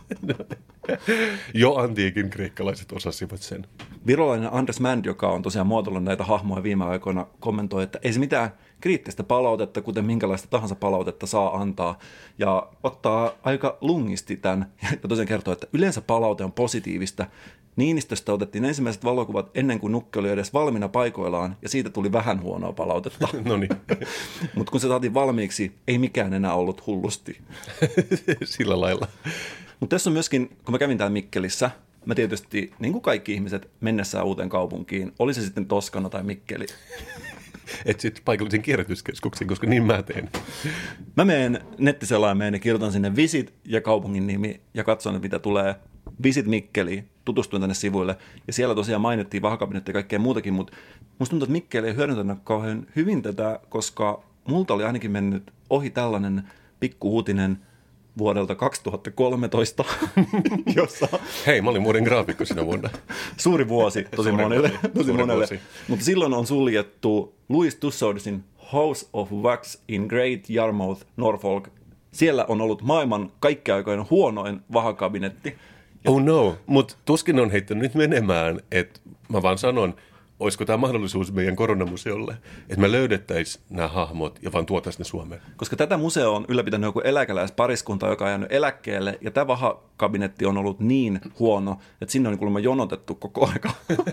Jo antiikin kreikkalaiset osasivat sen. Virolainen Andres Mand, joka on tosiaan muotoillut näitä hahmoja viime aikoina, kommentoi, että ei se mitään kriittistä palautetta, kuten minkälaista tahansa palautetta saa antaa, ja ottaa aika lungisti tämän, ja tosiaan kertoo, että yleensä palaute on positiivista. Niinistöstä otettiin ensimmäiset valokuvat ennen kuin nukke oli edes valmiina paikoillaan, ja siitä tuli vähän huonoa palautetta. Noniin. Mutta kun se saatiin valmiiksi, ei mikään enää ollut hullusti. Sillä lailla. Mutta tässä on myöskin, kun mä kävin täällä Mikkelissä, mä tietysti, niin kuin kaikki ihmiset, mennessään uuteen kaupunkiin, oli se sitten Toskana tai Mikkeli. Et sitten paikallisen kierrätyskeskuksiin, koska niin mä teen. Mä menen nettiselaimeen ja kirjoitan sinne Visit ja kaupungin nimi ja katson, mitä tulee. Visit Mikkeli, tutustuin tänne sivuille, ja siellä tosiaan mainittiin vahakabinetti ja kaikkea muutakin, mutta musta tuntuu, että Mikkeli ei hyödyntänyt kauhean hyvin tätä, koska multa oli ainakin mennyt ohi tällainen pikku-uutinen vuodelta 2013, jossa... Hei, mä olin vuoden graafikko sinä vuonna. Suuri vuosi, tosi monelle. Vuosi. Mutta silloin on suljettu Louis Tussaudsin House of Wax in Great Yarmouth, Norfolk. Siellä on ollut maailman kaikkiaikoinen huonoin vahakabinetti. Oh no, mutta tuskin on heittänyt nyt menemään, että mä vaan sanon, olisiko tämä mahdollisuus meidän koronamuseolle, että me löydettäisiin nämä hahmot ja vaan tuotaisiin ne Suomeen. Koska tätä museoa on ylläpitänyt joku eläkeläispariskunta, joka on jäänyt eläkkeelle, ja tämä vahakabinetti on ollut niin huono, että sinne on kuulemma jonotettu koko aika.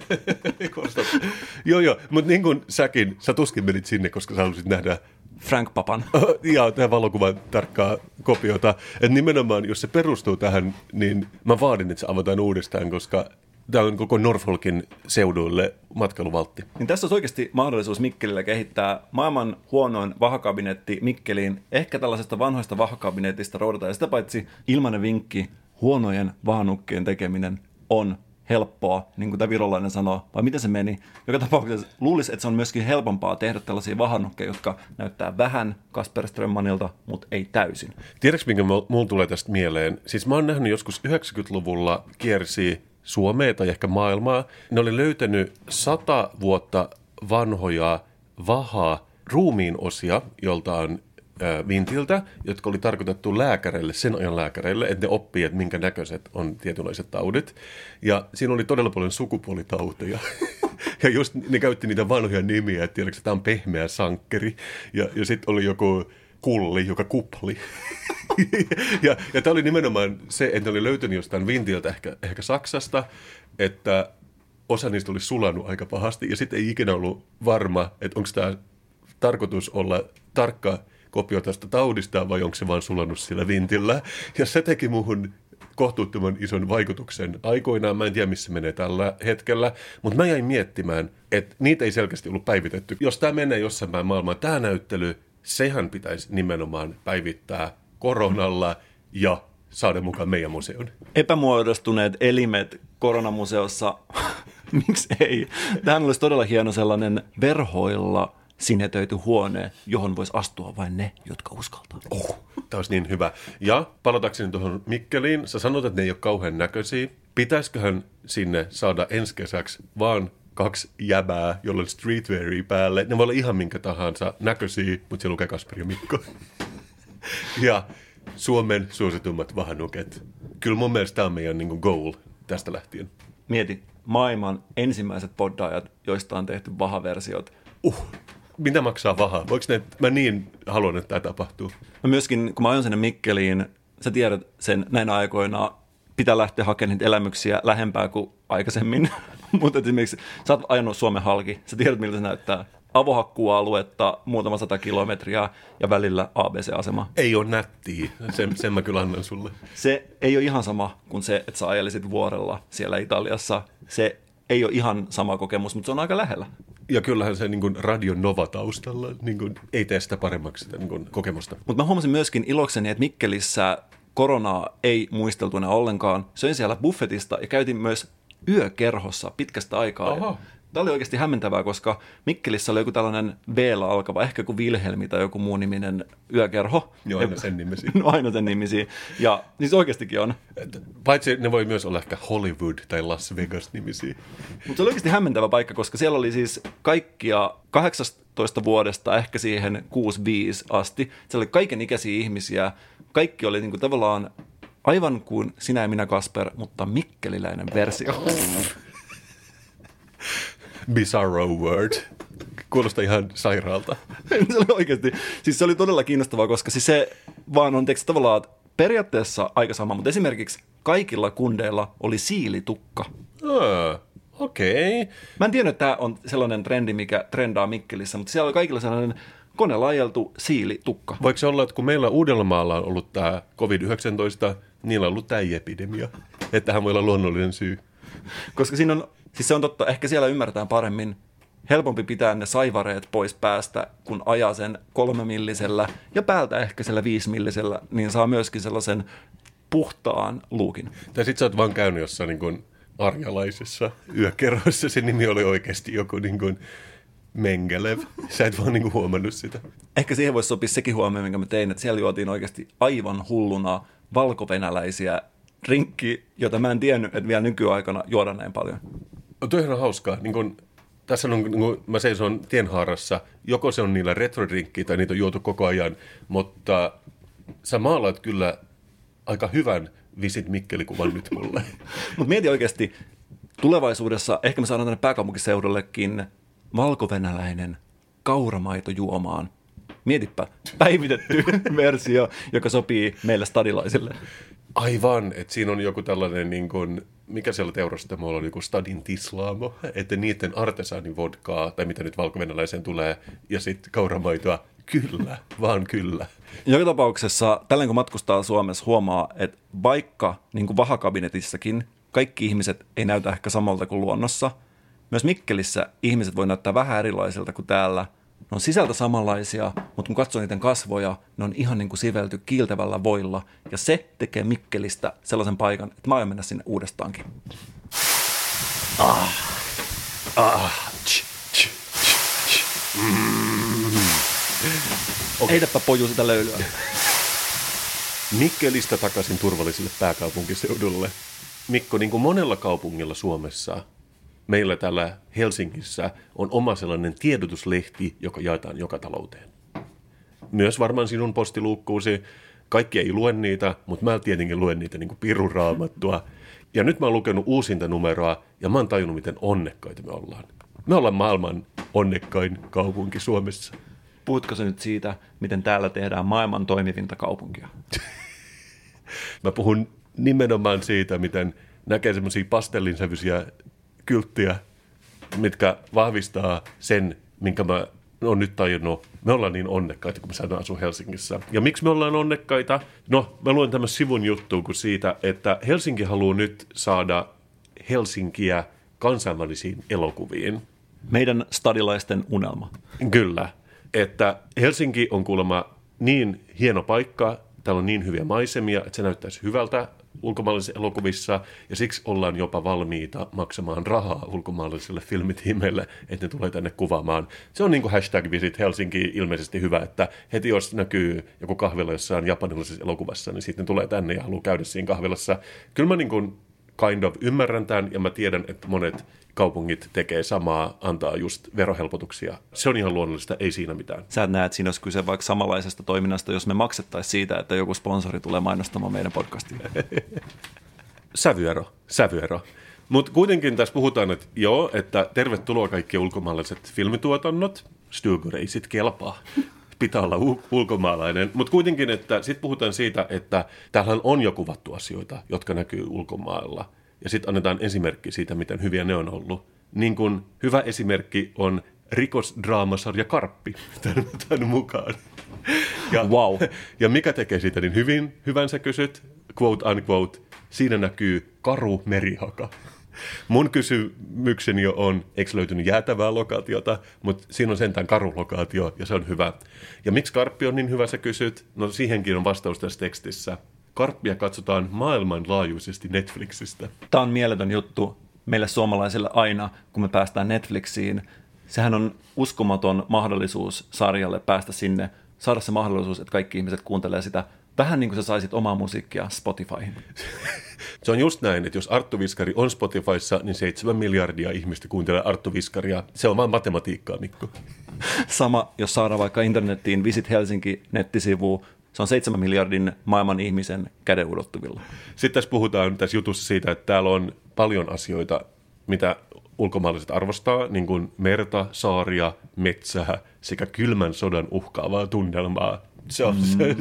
Joo, mutta niin kuin säkin, sä tuskin menit sinne, koska sä halusit nähdä Frank Papan. Ja tähän valokuvan tarkkaa kopiota. Että nimenomaan, jos se perustuu tähän, niin mä vaadin, että se avataan uudestaan, koska tämä on koko Norfolkin seuduille matkailuvaltti. Niin tässä olisi oikeasti mahdollisuus Mikkelillä kehittää maailman huonoin vahakabinetti Mikkeliin. Ehkä tällaisesta vanhoista vahakabinetista roudataan. Ja sitä paitsi ilmainen vinkki, huonojen vahanukkien tekeminen on helppoa, niin kuin tämä virolainen sanoo, vai miten se meni. Joka tapauksessa luulisi, että se on myöskin helpompaa tehdä tällaisia vahanukkeja, jotka näyttää vähän Kasper Strömmanilta, mutta ei täysin. Tiedätkö, minkä mulla tulee tästä mieleen? Siis mä oon nähnyt joskus 90-luvulla kiersi Suomea tai ehkä maailmaa. Ne oli löytänyt 100 vuotta vanhoja ruumiin osia joltain vintiltä, jotka oli tarkoitettu lääkäreille, sen ajan lääkäreille, että ne oppii, että minkä näköiset on tietynlaiset taudit. Ja siinä oli todella paljon sukupuolitauteja. Ja just ne käytti niitä vanhoja nimiä, että tiedätkö, tämä on pehmeä sankkeri. Ja sitten oli joku kulli, joka kupli. ja tämä oli nimenomaan se, että ne oli löytänyt jostain vintiltä, ehkä Saksasta, että osa niistä oli sulanut aika pahasti. Ja sitten ei ikinä ollut varma, että onko tämä tarkoitus olla tarkka kopio tästä taudista vai onko se vaan sulannut sillä vintillä. Ja se teki muuhun kohtuuttoman ison vaikutuksen aikoinaan. Mä en tiedä, missä menee tällä hetkellä, mutta mä jäin miettimään, että niitä ei selkeästi ollut päivitetty. Jos tämä menee jossain päin maailmaa, tämä näyttely, sehän pitäisi nimenomaan päivittää koronalla ja saada mukaan meidän museon. Epämuodostuneet elimet koronamuseossa, miksi ei? Tähän olisi todella hieno sellainen verhoilla sinetöity huone, johon voisi astua vain ne, jotka uskaltaa. Tämä olisi niin hyvä. Ja palatakseni tuohon Mikkeliin, sä sanot, että ne ei ole kauhean näköisiä. Pitäisiköhän sinne saada ensi kesäksi vaan 2 jäbää, jolla on streetwearia päälle. Ne voi olla ihan minkä tahansa näköisiä, mutta siellä lukee Kasper ja Mikko. Ja Suomen suositummat vahanuket. Kyllä mun mielestä tämä on meidän niin kuin goal tästä lähtien. Mieti, maailman ensimmäiset poddaajat, joista on tehty vahaversiot. Mitä maksaa vaha? Voiko ne, mä niin haluan, että tämä tapahtuu. Mä myöskin, kun mä ajon sinne Mikkeliin, sä tiedät sen näinä aikoina, pitää lähteä hakemaan niitä elämyksiä lähempää kuin aikaisemmin. Mutta esimerkiksi sä oot ajanut Suomen halki, sä tiedät miltä se näyttää. Avohakkuualuetta, muutama 100 kilometriä ja välillä ABC-asema. Ei ole nättiä, sen mä kyllä annan sulle. Se ei ole ihan sama kuin se, että sä ajelisit vuorella siellä Italiassa. Se ei ole ihan sama kokemus, mutta se on aika lähellä. Ja kyllähän se niin kuin Radio Nova taustalla niin kuin, ei tee sitä paremmaksi sitä niin kuin, kokemusta. Mutta mä huomasin myöskin ilokseni, että Mikkelissä koronaa ei muisteltu enää ollenkaan. Söin siellä buffetista ja käytin myös yökerhossa pitkästä aikaa. Tämä oli oikeasti hämmentävää, koska Mikkelissä oli joku tällainen V-llä alkava, ehkä joku Vilhelmi tai joku muu niminen yökerho. Joo, aina sen nimisiä. No aina sen nimisiä. Ja siis oikeastikin on. Paitsi ne voi myös olla ehkä Hollywood tai Las Vegas nimisiä. Mutta se oli oikeasti hämmentävä paikka, koska siellä oli siis kaikkia 18 vuodesta ehkä siihen 65 asti. Siellä oli kaiken ikäisiä ihmisiä. Kaikki oli niinku tavallaan aivan kuin sinä ja minä, Kasper, mutta mikkeliläinen versio. Bizarro word. Kuulostaa ihan sairaalta. Se oli oikeasti, siis se oli todella kiinnostavaa, koska siis se vaan on tavallaan periaatteessa aika sama, mutta esimerkiksi kaikilla kundeilla oli siilitukka. Okei. Mä en tiedä, että tämä on sellainen trendi, mikä trendaa Mikkelissä, mutta siellä oli kaikilla sellainen koneella ajeltu siilitukka. Voiko se olla, että kun meillä Uudellamaalla on ollut tämä COVID-19, niillä on ollut tämä epidemia, että tähän voi olla luonnollinen syy. Koska siinä on, siis se on totta, ehkä siellä ymmärretään paremmin, helpompi pitää ne saivareet pois päästä, kun ajaa sen 3-millisellä ja päältä ehkä sillä 5-millisellä, niin saa myöskin sellaisen puhtaan luukin. Tai sit sä oot vaan käynyt jossain niin kuin arjalaisessa yökerhoissa, se nimi oli oikeasti joku niin kuin Mengelev. Sä et vaan niin kuin huomannut sitä. Ehkä siihen voisi sopia sekin huomioon, minkä mä tein, että siellä juotiin oikeasti aivan hulluna valkovenäläisiä drinkki, jota mä en tiennyt, että vielä nykyaikana juodaan näin paljon. Toi on hauskaa. Niin kun, tässä on, niin mä seison tienhaarassa, joko se on niillä retrodrinkkiä tai niitä on juotu koko ajan, mutta sä maalaat kyllä aika hyvän Visit Mikkeli-kuvan nyt mulle. Mutta mieti oikeasti, tulevaisuudessa ehkä me saadaan tänne pääkaupunkiseudullekin valkovenäläinen kauramaito juomaan. Mietipä, päivitetty versio, joka sopii meille stadilaisille. Aivan, että siinä on joku tällainen, niin kuin, mikä siellä teurastamolla on, joku stadin tislaamo, että niiden artesaanivodkaa, tai mitä nyt valkovenäläiseen tulee, ja sitten kauramaitoa, kyllä, vaan kyllä. Joka tapauksessa, tällöin kun matkustaa Suomessa, huomaa, että vaikka niin kuin vahakabinetissakin kaikki ihmiset ei näytä ehkä samalta kuin luonnossa, myös Mikkelissä ihmiset voi näyttää vähän erilaisilta kuin täällä. Ne on sisältä samanlaisia, mutta kun katsoo niiden kasvoja, ne on ihan niin kuin sivelty kiiltävällä voilla. Ja se tekee Mikkelistä sellaisen paikan, että mä aion mennä sinne uudestaankin. Heitäpä poju sitä löylyä. Mikkelistä takaisin turvalliselle pääkaupunkiseudulle. Mikko, niin kuin monella kaupungilla Suomessa, meillä täällä Helsingissä on oma sellainen tiedotuslehti, joka jaetaan joka talouteen. Myös varmaan sinun postiluukkuusi. Kaikki ei lue niitä, mutta mä tietenkin luen niitä niin kuin pirun raamattua. Ja nyt mä oon lukenut uusinta numeroa ja mä oon tajunnut, miten onnekkaita me ollaan. Me ollaan maailman onnekkain kaupunki Suomessa. Puhutko sä nyt siitä, miten täällä tehdään maailman toimivinta kaupunkia? Mä puhun nimenomaan siitä, miten näkee semmoisia pastellinsävyisiä kylttiä, mitkä vahvistaa sen, minkä mä on nyt tajunnut, me ollaan niin onnekkaita, kun me saadaan asua Helsingissä. Ja miksi me ollaan onnekkaita? No, mä luen tämän sivun juttuun kuin siitä, että Helsinki haluaa nyt saada Helsinkiä kansainvälisiin elokuviin. Meidän stadilaisten unelma. Kyllä, että Helsinki on kuulemma niin hieno paikka, täällä on niin hyviä maisemia, että se näyttäisi hyvältä ulkomaalaisissa elokuvissa, ja siksi ollaan jopa valmiita maksamaan rahaa ulkomaalaisille filmitiimeille, että ne tulee tänne kuvaamaan. Se on niin kuin hashtag Visit Helsinki ilmeisesti hyvä, että heti jos näkyy joku kahvila jossain japanilaisessa elokuvassa, niin sitten tulee tänne ja haluaa käydä siinä kahvilassa. Kyllä mä niin kuin kind of ymmärrän tämän, ja mä tiedän, että monet kaupungit tekee samaa, antaa just verohelpotuksia. Se on ihan luonnollista, ei siinä mitään. Sä näet, siinä olisi kyse vaikka samanlaisesta toiminnasta, jos me maksettaisiin siitä, että joku sponsori tulee mainostamaan meidän podcastia. Sävyero. Mutta kuitenkin tässä puhutaan, että joo, että tervetuloa kaikki ulkomaalaiset filmituotannot. Studio ei sit kelpaa. Pitää olla ulkomaalainen. Mutta kuitenkin, että sitten puhutaan siitä, että täällähän on jo kuvattu asioita, jotka näkyy ulkomailla. Ja sitten annetaan esimerkki siitä, miten hyviä ne on ollut. Niin kun hyvä esimerkki on rikosdraamasarja Karppi tämän mukaan. Ja, wow. Ja mikä tekee siitä niin hyvän sä kysyt, quote unquote, siinä näkyy karu merihaka. Mun kysymykseni on, eikö löytynyt jäätävää lokaatiota, mutta siinä on sentään karulokaatio ja se on hyvä. Ja miksi Karppi on niin hyvä, sä kysyt? No siihenkin on vastaus tässä tekstissä. Karppia katsotaan maailmanlaajuisesti Netflixistä. Tämä on mieletön juttu meille suomalaisille aina, kun me päästään Netflixiin. Sehän on uskomaton mahdollisuus sarjalle päästä sinne, saada se mahdollisuus, että kaikki ihmiset kuuntelee sitä. Vähän niin kuin sä saisit omaa musiikkia Spotifyhin. Se on just näin, että jos Arttu Viskari on Spotifyssa, niin 7 miljardia ihmistä kuuntelee Arttu Viskaria. Se on vaan matematiikkaa, Mikko. Sama, jos saadaan vaikka internettiin Visit Helsinki -nettisivu, se on 7 miljardin maailman ihmisen käden ulottuvilla. Sitten tässä puhutaan tässä jutussa siitä, että täällä on paljon asioita, mitä ulkomaalaiset arvostaa, niin kuin merta, saaria, metsää sekä kylmän sodan uhkaavaa tunnelmaa. Se on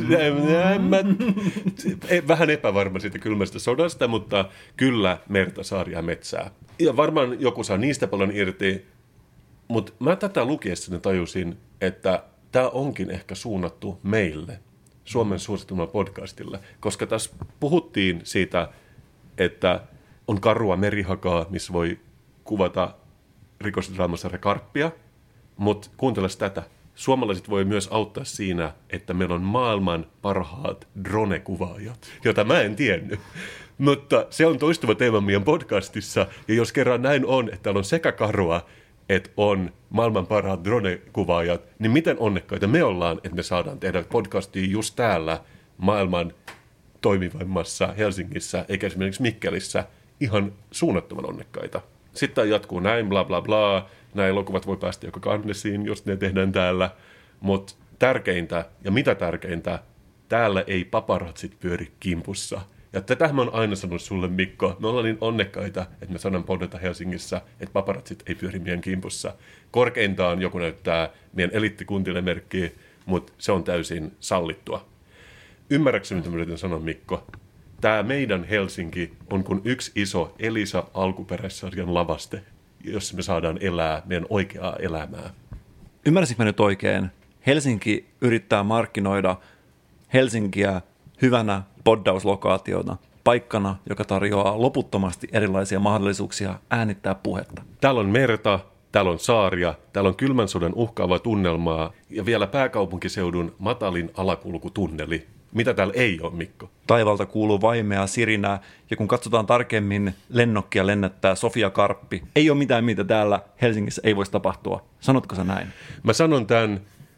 vähän epävarma siitä kylmästä sodasta, mutta kyllä merta, saaria ja metsää. Ja varmaan joku saa niistä paljon irti, mutta mä tätä lukiessani tajusin, että tämä onkin ehkä suunnattu meille, Suomen suosittumalle podcastille, koska tässä puhuttiin siitä, että on karua merihakaa, missä voi kuvata rikosdraamasarja Karppia, mutta kuuntele tätä. Suomalaiset voi myös auttaa siinä, että meillä on maailman parhaat drone-kuvaajat, jota mä en tiennyt. Mutta se on toistuva teema meidän podcastissa, ja jos kerran näin on, että täällä on sekä karua, että on maailman parhaat drone-kuvaajat, niin miten onnekkaita me ollaan, että me saadaan tehdä podcastia just täällä maailman toimivimmassa Helsingissä, eikä esimerkiksi Mikkelissä, ihan suunnattoman onnekkaita. Sitten jatkuu näin, bla bla bla. Nämä elokuvat voi päästä joka Cannesiin, jos ne tehdään täällä. Mutta tärkeintä, ja mitä tärkeintä, täällä ei paparatsit pyöri kimpussa. Ja tätä mä oon aina sanonut sulle, Mikko. Me ollaan niin onnekkaita, että me saadaan podata Helsingissä, että paparatsit ei pyöri meidän kimpussa. Korkeintaan joku näyttää meidän eliittikuntille merkkiä, mutta se on täysin sallittua. Ymmärrätkö, mitä mä yritän sanoa, Mikko? Tämä meidän Helsinki on kuin yksi iso Elisa alkuperäissarjan lavaste, jossa me saadaan elää meidän oikeaa elämää. Ymmärsinkö mä nyt oikein? Helsinki yrittää markkinoida Helsinkiä hyvänä poddauslokaationa, paikkana, joka tarjoaa loputtomasti erilaisia mahdollisuuksia äänittää puhetta. Täällä on merta, täällä on saaria, täällä on kylmän sodan uhkaavaa tunnelmaa ja vielä pääkaupunkiseudun matalin alakulkutunneli. Mitä täällä ei ole, Mikko? Taivalta kuuluu vaimea sirinää, ja kun katsotaan tarkemmin, lennokkia lennättää Sofia Karppi. Ei ole mitään, mitä täällä Helsingissä ei voisi tapahtua. Sanotko sä näin? Mä sanon tämän,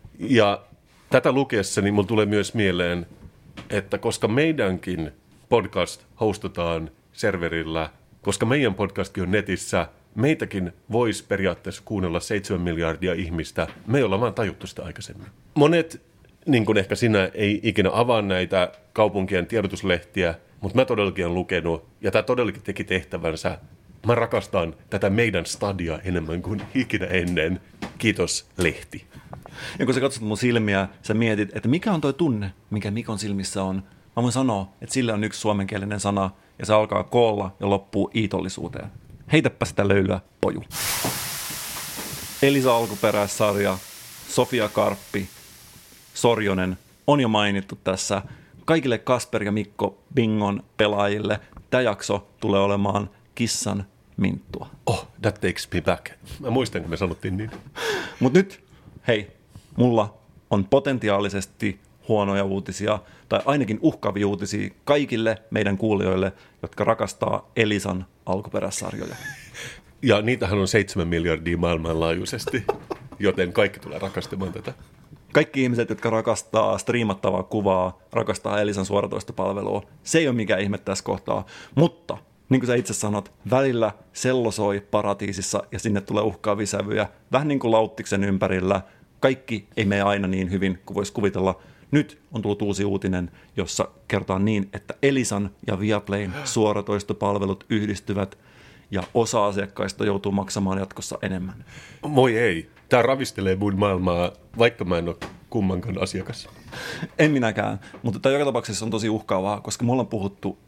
ja tätä lukiessani mulla tulee myös mieleen, että koska meidänkin podcast hostataan serverillä, koska meidän podcastkin on netissä, meitäkin voisi periaatteessa kuunnella 7 miljardia ihmistä. Me ei olla vaan tajuttu sitä aikaisemmin. Monet, niin kuin ehkä sinä, ei ikinä avaa näitä kaupunkien tiedotuslehtiä, mutta mä todellakin olen lukenut, ja tämä todellakin teki tehtävänsä. Mä rakastan tätä meidän stadia enemmän kuin ikinä ennen. Kiitos, lehti. Ja kun sä katsot mun silmiä, sä mietit, että mikä on toi tunne, mikä Mikon silmissä on. Mä voin sanoa, että sillä on yksi suomenkielinen sana, ja se alkaa koolla ja loppuu iitollisuuteen. Heitäpä sitä löylyä, poju. Elisa alkuperäissarja, Sofia Karppi, Sorjonen on jo mainittu tässä. Kaikille Kasper ja Mikko Bingon pelaajille tämä jakso tulee olemaan kissan minttua. Oh, that takes me back. Mä muistan, kun me sanottiin niin. Mutta nyt, hei, mulla on potentiaalisesti huonoja uutisia, tai ainakin uhkaavia uutisia kaikille meidän kuulijoille, jotka rakastaa Elisan alkuperäissarjoja. Ja niitähän on 7 miljardia maailmanlaajuisesti, joten kaikki tulee rakastamaan tätä. Kaikki ihmiset, jotka rakastaa striimattavaa kuvaa, rakastaa Elisan suoratoistopalvelua, se ei ole mikään ihme tässä kohtaa, mutta niin kuin sä itse sanot, välillä sello soi paratiisissa ja sinne tulee uhkaavia sävyjä, vähän niin kuin Lauttiksen ympärillä. Kaikki ei mene aina niin hyvin kuin voisi kuvitella. Nyt on tullut uusi uutinen, jossa kerrotaan niin, että Elisan ja Viaplayn suoratoistopalvelut yhdistyvät ja osa asiakkaista joutuu maksamaan jatkossa enemmän. Moi ei. Tämä ravistelee mun maailmaa, vaikka mä en ole kummankaan asiakas. En minäkään, mutta tämä joka tapauksessa on tosi uhkaavaa, koska me ollaan puhuttu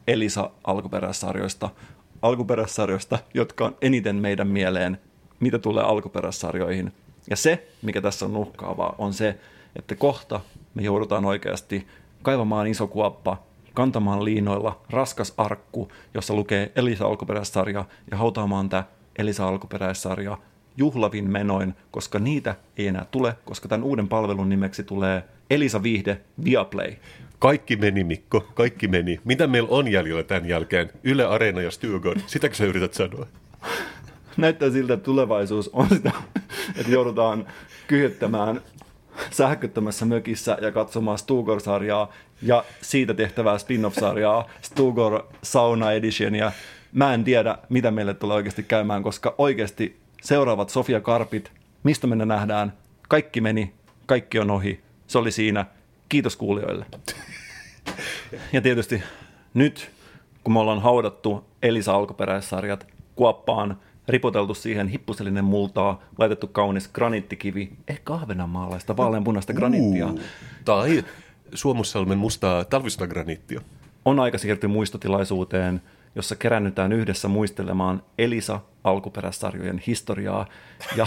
alkuperäissarjoista, jotka on eniten meidän mieleen, mitä tulee alkuperäissarjoihin. Ja se, mikä tässä on uhkaavaa, on se, että kohta me joudutaan oikeasti kaivamaan iso kuoppa, kantamaan liinoilla raskas arkku, jossa lukee Elisa alkuperäissarja ja hautaamaan tämä Elisa alkuperäissarja juhlavin menoin, koska niitä ei enää tule, koska tämän uuden palvelun nimeksi tulee Elisa Viihde Viaplay. Kaikki meni, Mikko, kaikki meni. Mitä meillä on jäljellä tämän jälkeen? Yle Areena ja Stugod, sitäkö sä yrität sanoa? Näyttää siltä, että tulevaisuus on sitä, että joudutaan kyhyttämään sähköttömässä mökissä ja katsomaan Stugor-sarjaa ja siitä tehtävää spin-off-sarjaa Stugor Sauna Editionia. Mä en tiedä, mitä meille tulee oikeasti käymään, koska oikeasti seuraavat Sofia Karpit, mistä me ne nähdään, kaikki meni, kaikki on ohi, se oli siinä. Kiitos kuulijoille. Ja tietysti nyt, kun me ollaan haudattu Elisa alkuperäissarjat kuoppaan, ripoteltu siihen hippusellinen multaa, laitettu kaunis graniittikivi, ehkä ahvenanmaalaista vaaleanpunaista graniittia. Tai Suomussalmen mustaa talvisotagraniittia. On aika siirtyä muistotilaisuuteen, jossa kerännytään yhdessä muistelemaan Elisa alkuperäissarjojen historiaa. Ja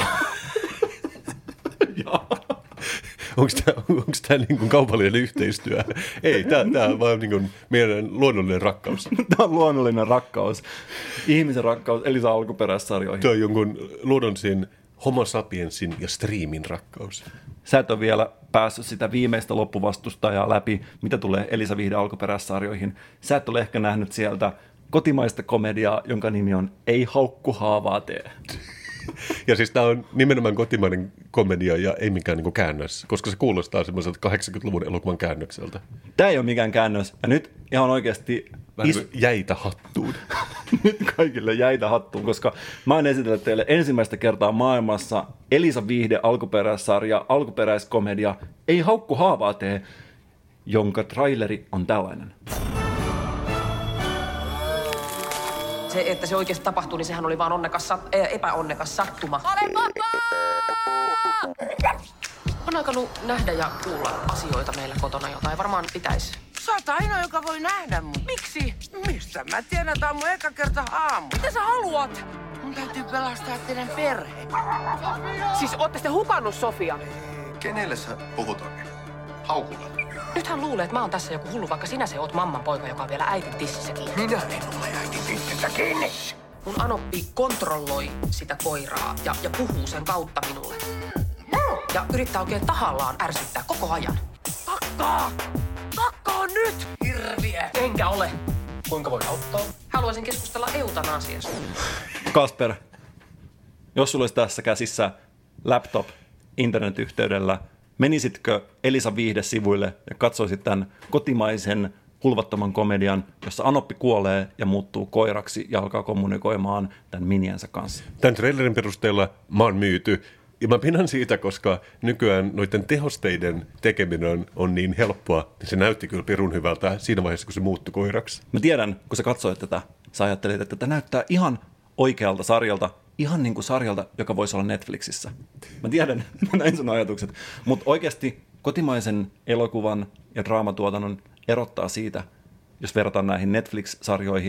Onko tämä niin kuin kaupallinen yhteistyö? Ei, tämä on vaan niin kuin meidän luonnollinen rakkaus. Tämä on luonnollinen rakkaus. Ihmisen rakkaus Elisa alkuperäissarjoihin. Tämä on jonkun luonnollisen homo sapiensin ja striimin rakkaus. Sä et ole vielä päässyt sitä viimeistä loppuvastustajaa läpi, mitä tulee Elisa Viihde alkuperäissarjoihin. Sä et ole ehkä nähnyt sieltä kotimaista komediaa, jonka nimi on Ei haukku haavaa tee. Ja siis tämä on nimenomaan kotimainen komedia ja ei mikään niin kuin käännös, koska se kuulostaa semmoiselta 80-luvun elokuvan käännökseltä. Tämä ei ole mikään käännös. Ja nyt ihan oikeasti jäitä hattuun. Nyt kaikille jäitä hattuun, koska mä oon esitellyt teille ensimmäistä kertaa maailmassa Elisa Viihde alkuperäissarja, alkuperäiskomedia Ei haukku haavaa tee, jonka traileri on tällainen. Se, että se oikeasti tapahtui, niin sehän oli vaan epäonnekas sattuma. Ole vapaa! On alkanut nähdä ja kuulla asioita meillä kotona, jota ei varmaan pitäisi. Sä oot ainoa, joka voi nähdä mut. Miksi? Mistä mä tiedän, että on mun eka kerta aamu. Mitä sä haluat? Mun täytyy pelastaa teidän perhe. Siis ootte te hukannut Sofia? Kenelle sä puhut oikein? Haukulla. Nyt hän luulee, että mä oon tässä joku hullu, vaikka sinä se oot mamman poika, joka on vielä äitin tississä kiinni. Minä en ole äitin tississä kiinni. Mun Anoppi kontrolloi sitä koiraa ja puhuu sen kautta minulle. Ja yrittää oikein tahallaan ärsyttää koko ajan. Kakkaa! Kakkaa nyt, hirviö! Enkä ole. Kuinka voi auttaa? Haluaisin keskustella eutanasiasta. Kasper, jos sulla olisi tässä käsissä laptop internetyhteydellä, menisitkö Elisa Viihde-sivuille ja katsoisit tämän kotimaisen hulvattoman komedian, jossa Anoppi kuolee ja muuttuu koiraksi ja alkaa kommunikoimaan tämän miniensä kanssa? Tämän trailerin perusteella mä oon myyty. Ja mä pidän siitä, koska nykyään noiden tehosteiden tekeminen on niin helppoa, niin se näytti kyllä pirun hyvältä siinä vaiheessa, kun se muuttui koiraksi. Mä tiedän, kun sä katsoit tätä, sä ajattelit, että tämä näyttää ihan oikealta sarjalta, ihan niin kuin sarjalta, joka voisi olla Netflixissä. Mä tiedän, näin sun ajatukset. Mutta oikeasti kotimaisen elokuvan ja draamatuotannon erottaa siitä, jos verrataan näihin Netflix-sarjoihin,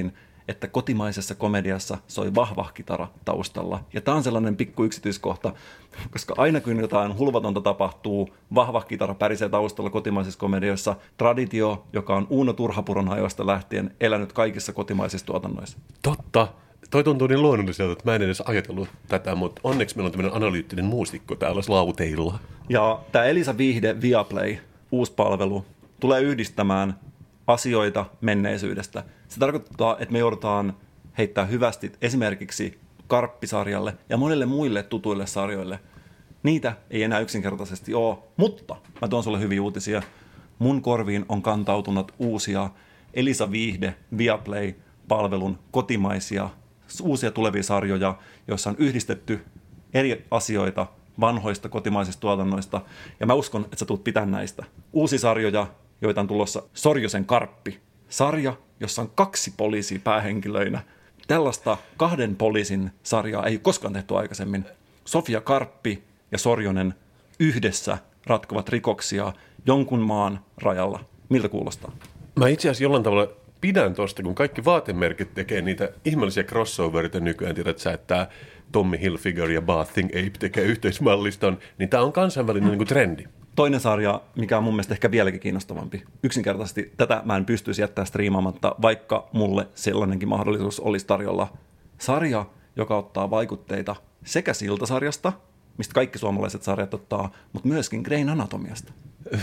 että kotimaisessa komediassa soi vahva kitara taustalla. Ja tämä on sellainen pikku yksityiskohta, koska aina kun jotain hulvatonta tapahtuu, vahva kitara pärisee taustalla kotimaisissa komedioissa, traditio, joka on Uuno Turhapuron ajoista lähtien elänyt kaikissa kotimaisissa tuotannoissa. Totta. Toi tuntuu niin luonnolliselta, että mä en edes ajatellut tätä, mutta onneksi meillä on tämmöinen analyyttinen muusikko täällä lauteilla. Ja tämä Elisa Viihde Viaplay, uusi palvelu, tulee yhdistämään asioita menneisyydestä. Se tarkoittaa, että me joudutaan heittää hyvästit esimerkiksi Karppisarjalle ja monille muille tutuille sarjoille. Niitä ei enää yksinkertaisesti ole, mutta mä tuon sulle hyviä uutisia. Mun korviin on kantautunut uusia Elisa Viihde Viaplay-palvelun kotimaisia, uusia tulevia sarjoja, joissa on yhdistetty eri asioita vanhoista kotimaisista tuotannoista. Ja mä uskon, että sä tulet pitämään näistä. Uusia sarjoja, joita on tulossa Sorjosen Karppi. Sarja, jossa on 2 poliisia päähenkilöinä. Tällaista 2 poliisin sarjaa ei koskaan tehty aikaisemmin. Sofia Karppi ja Sorjonen yhdessä ratkovat rikoksia jonkun maan rajalla. Miltä kuulostaa? Mä itse asiassa jollain tavalla pidän tosta, kun kaikki vaatemerkit tekee niitä ihmeellisiä crossoverita nykyään. Tiedät sä, että Tommy Hilfiger ja Bathing Ape tekee yhteismalliston, niin tää on kansainvälinen niin kuin trendi. Toinen sarja, mikä on mun mielestä ehkä vieläkin kiinnostavampi. Yksinkertaisesti tätä mä en pystyisi jättämään striimaamatta, vaikka mulle sellainenkin mahdollisuus olisi tarjolla. Sarja, joka ottaa vaikutteita sekä Siltasarjasta, mistä kaikki suomalaiset sarjat ottaa, mutta myöskin Greyn Anatomiasta.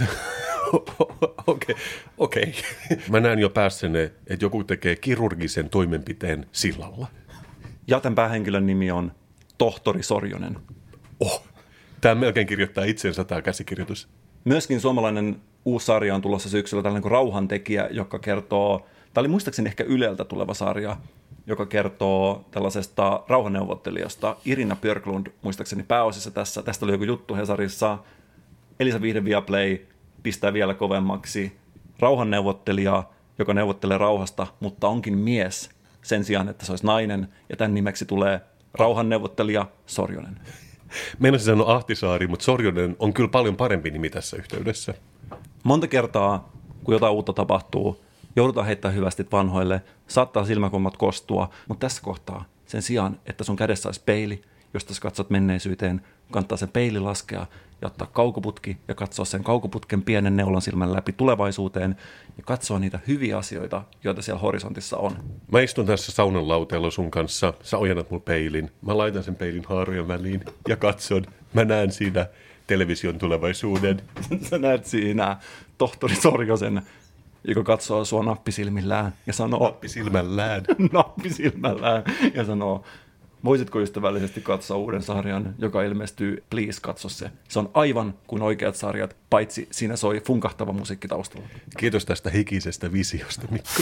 Okei. Mä näen jo päässäni, että joku tekee kirurgisen toimenpiteen sillalla. Ja tämän päähenkilön nimi on Tohtori Sorjonen. Tämä melkein kirjoittaa itsensä tämä käsikirjoitus. Myöskin suomalainen uusi sarja on tulossa syksyllä, tällainen kuin Rauhantekijä, joka kertoo, tämä oli muistaakseni ehkä Yleltä tuleva sarja, joka kertoo tällaisesta rauhanneuvottelijasta. Irina Björklund muistaakseni pääosissa tässä. Tästä oli joku juttu Hesarissa. Elisa Viihde Viaplay pistää vielä kovemmaksi. Rauhanneuvottelija, joka neuvottelee rauhasta, mutta onkin mies sen sijaan, että se olisi nainen. Ja tämän nimeksi tulee rauhanneuvottelija Sorjonen. Meinasin sanoa Ahtisaari, mutta Sorjonen on kyllä paljon parempi nimi tässä yhteydessä. Monta kertaa, kun jotain uutta tapahtuu, joudutaan heittämään hyvästit vanhoille, saattaa silmäkulmat kostua, mutta tässä kohtaa sen sijaan, että sun kädessä olisi peili, josta sä katsot menneisyyteen, kannattaa sen peili laskea ja ottaa kaukoputki ja katsoa sen kaukoputken pienen neulan silmän läpi tulevaisuuteen ja katsoa niitä hyviä asioita, joita siellä horisontissa on. Mä istun tässä saunan lauteella sun kanssa, sä ojennat mun peilin, mä laitan sen peilin haarojen väliin ja katson, mä näen siinä television tulevaisuuden. Sä näet siinä tohtori Sorjosen, joka katsoo sua nappisilmillään ja sanoo... Nappisilmällään ja sanoo, voisitko ystävällisesti katsoa uuden sarjan, joka ilmestyy, please katso se. Se on aivan kuin oikeat sarjat, paitsi siinä soi funkahtava musiikki taustalla. Kiitos tästä hikisestä visiosta, Mikko.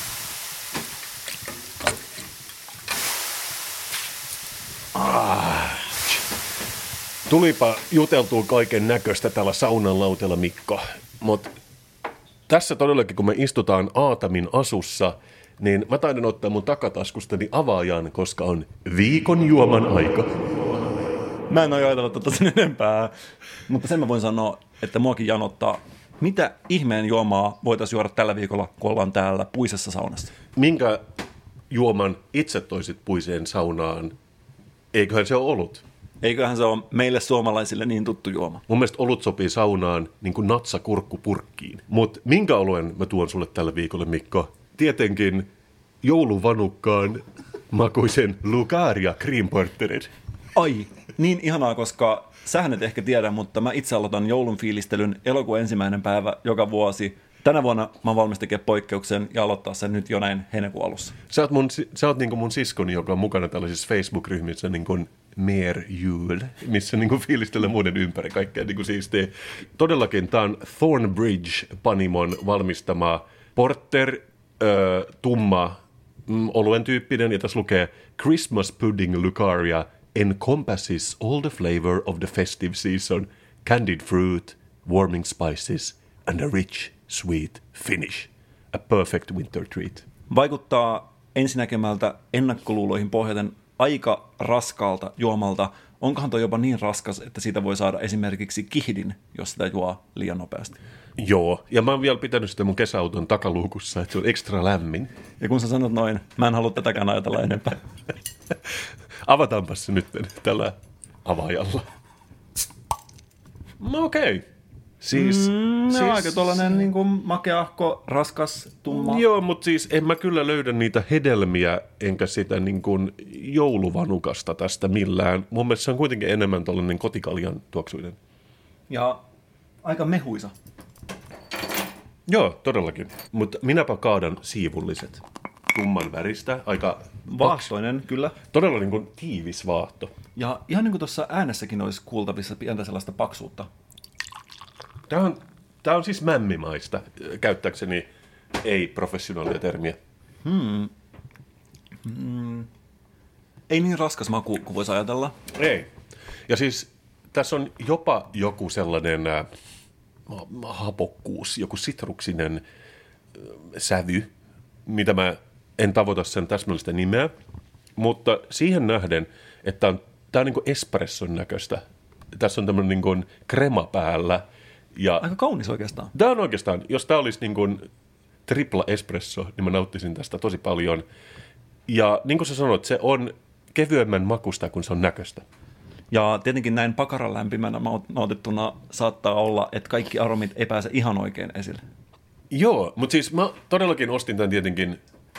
Tulipa juteltua kaiken näköistä tällä saunan lauteella, Mikko. Mutta tässä todellakin, kun me istutaan Aatamin asussa, niin mä taidan ottaa mun takataskustani avaajan, koska on viikon juoman aika. Mä en ole ajatellut tätä sen enempää, mutta sen mä voin sanoa, että muakin janottaa. Mitä ihmeen juomaa voitaisiin juoda tällä viikolla, kun ollaan täällä puisessa saunassa? Minkä juoman itse toisit puiseen saunaan? Eiköhän se ole olut? Eiköhän se ole meille suomalaisille niin tuttu juoma. Mun mielestä olut sopii saunaan niin kuin natsakurkku purkkiin. Mutta minkä oluen mä tuon sulle tällä viikolla, Mikko? Tietenkin jouluvanukkaan makuisen Lucaria Cream Porterin. Ai, niin ihanaa, koska sähän et ehkä tiedä, mutta mä itse aloitan joulun fiilistelyn elokuun 1. päivä joka vuosi. Tänä vuonna mä oon valmis tekemään poikkeuksen ja aloittaa sen nyt jo näin heinäkuun alussa. Sä oot niin kuin mun siskoni, joka on mukana tällaisissa Facebook-ryhmissä niin kuin Mer Jul, missä niin kuin fiilistellään muiden ympäri kaikkea niin kuin siistiä. Todellakin tämä on Thornbridge-panimon valmistama porter, tumma oluen tyyppinen, ja tässä lukee Christmas pudding Lucaria encompasses all the flavor of the festive season, candied fruit, warming spices and a rich, sweet finish. A perfect winter treat. Vaikuttaa ensinäkemältä ennakkoluuloihin pohjaten aika raskaalta juomalta. Onkohan toi jopa niin raskas, että siitä voi saada esimerkiksi kihdin, jos sitä juo liian nopeasti? Joo, ja mä oon vielä pitänyt sitä mun kesäauton takaluukussa, että se on ekstra lämmin. Ja kun sä sanot noin, mä en halua tätäkään ajatella enempää. Avataanpas se nyt tällä avaajalla. No okei. Siis aika tuollainen niin kuin makeahko, raskas, tumma. Joo, mutta siis en mä kyllä löydä niitä hedelmiä enkä sitä niin kuin jouluvanukasta tästä millään. Mun mielestä se on kuitenkin enemmän tuollainen kotikaljan tuoksuinen. Ja aika mehuisa. Joo, todellakin. Mutta minäpä kaadan siivulliset. Tumman väristä, aika vaahtoinen, kyllä. Todella niin kuin tiivis vaahto. Ja ihan niin kuin tuossa äänessäkin olisi kuultavissa pientä sellaista paksuutta. Tämä on siis mämmimaista, käyttääkseni ei-professionaalia termiä. Ei niin raskas maku kuin voisi ajatella. Ei. Ja siis tässä on jopa joku sellainen hapokkuus, joku sitruksinen sävy, mitä mä en tavoita sen täsmällistä nimeä, mutta siihen nähden, että tämä on niin kuin espresson näköistä. Tässä on tämmöinen niin kuin krema päällä. Ja aika kaunis oikeastaan. Tämä on oikeastaan, jos tämä olisi niin kuin tripla espresso, niin mä nauttisin tästä tosi paljon. Ja niin kuin sä sanoit, se on kevyemmän makusta, kun se on näköistä. Ja tietenkin näin pakaran lämpimänä nautittuna saattaa olla, että kaikki aromit ei pääse ihan oikein esille. Joo, mutta siis mä todellakin ostin tämän tietenkin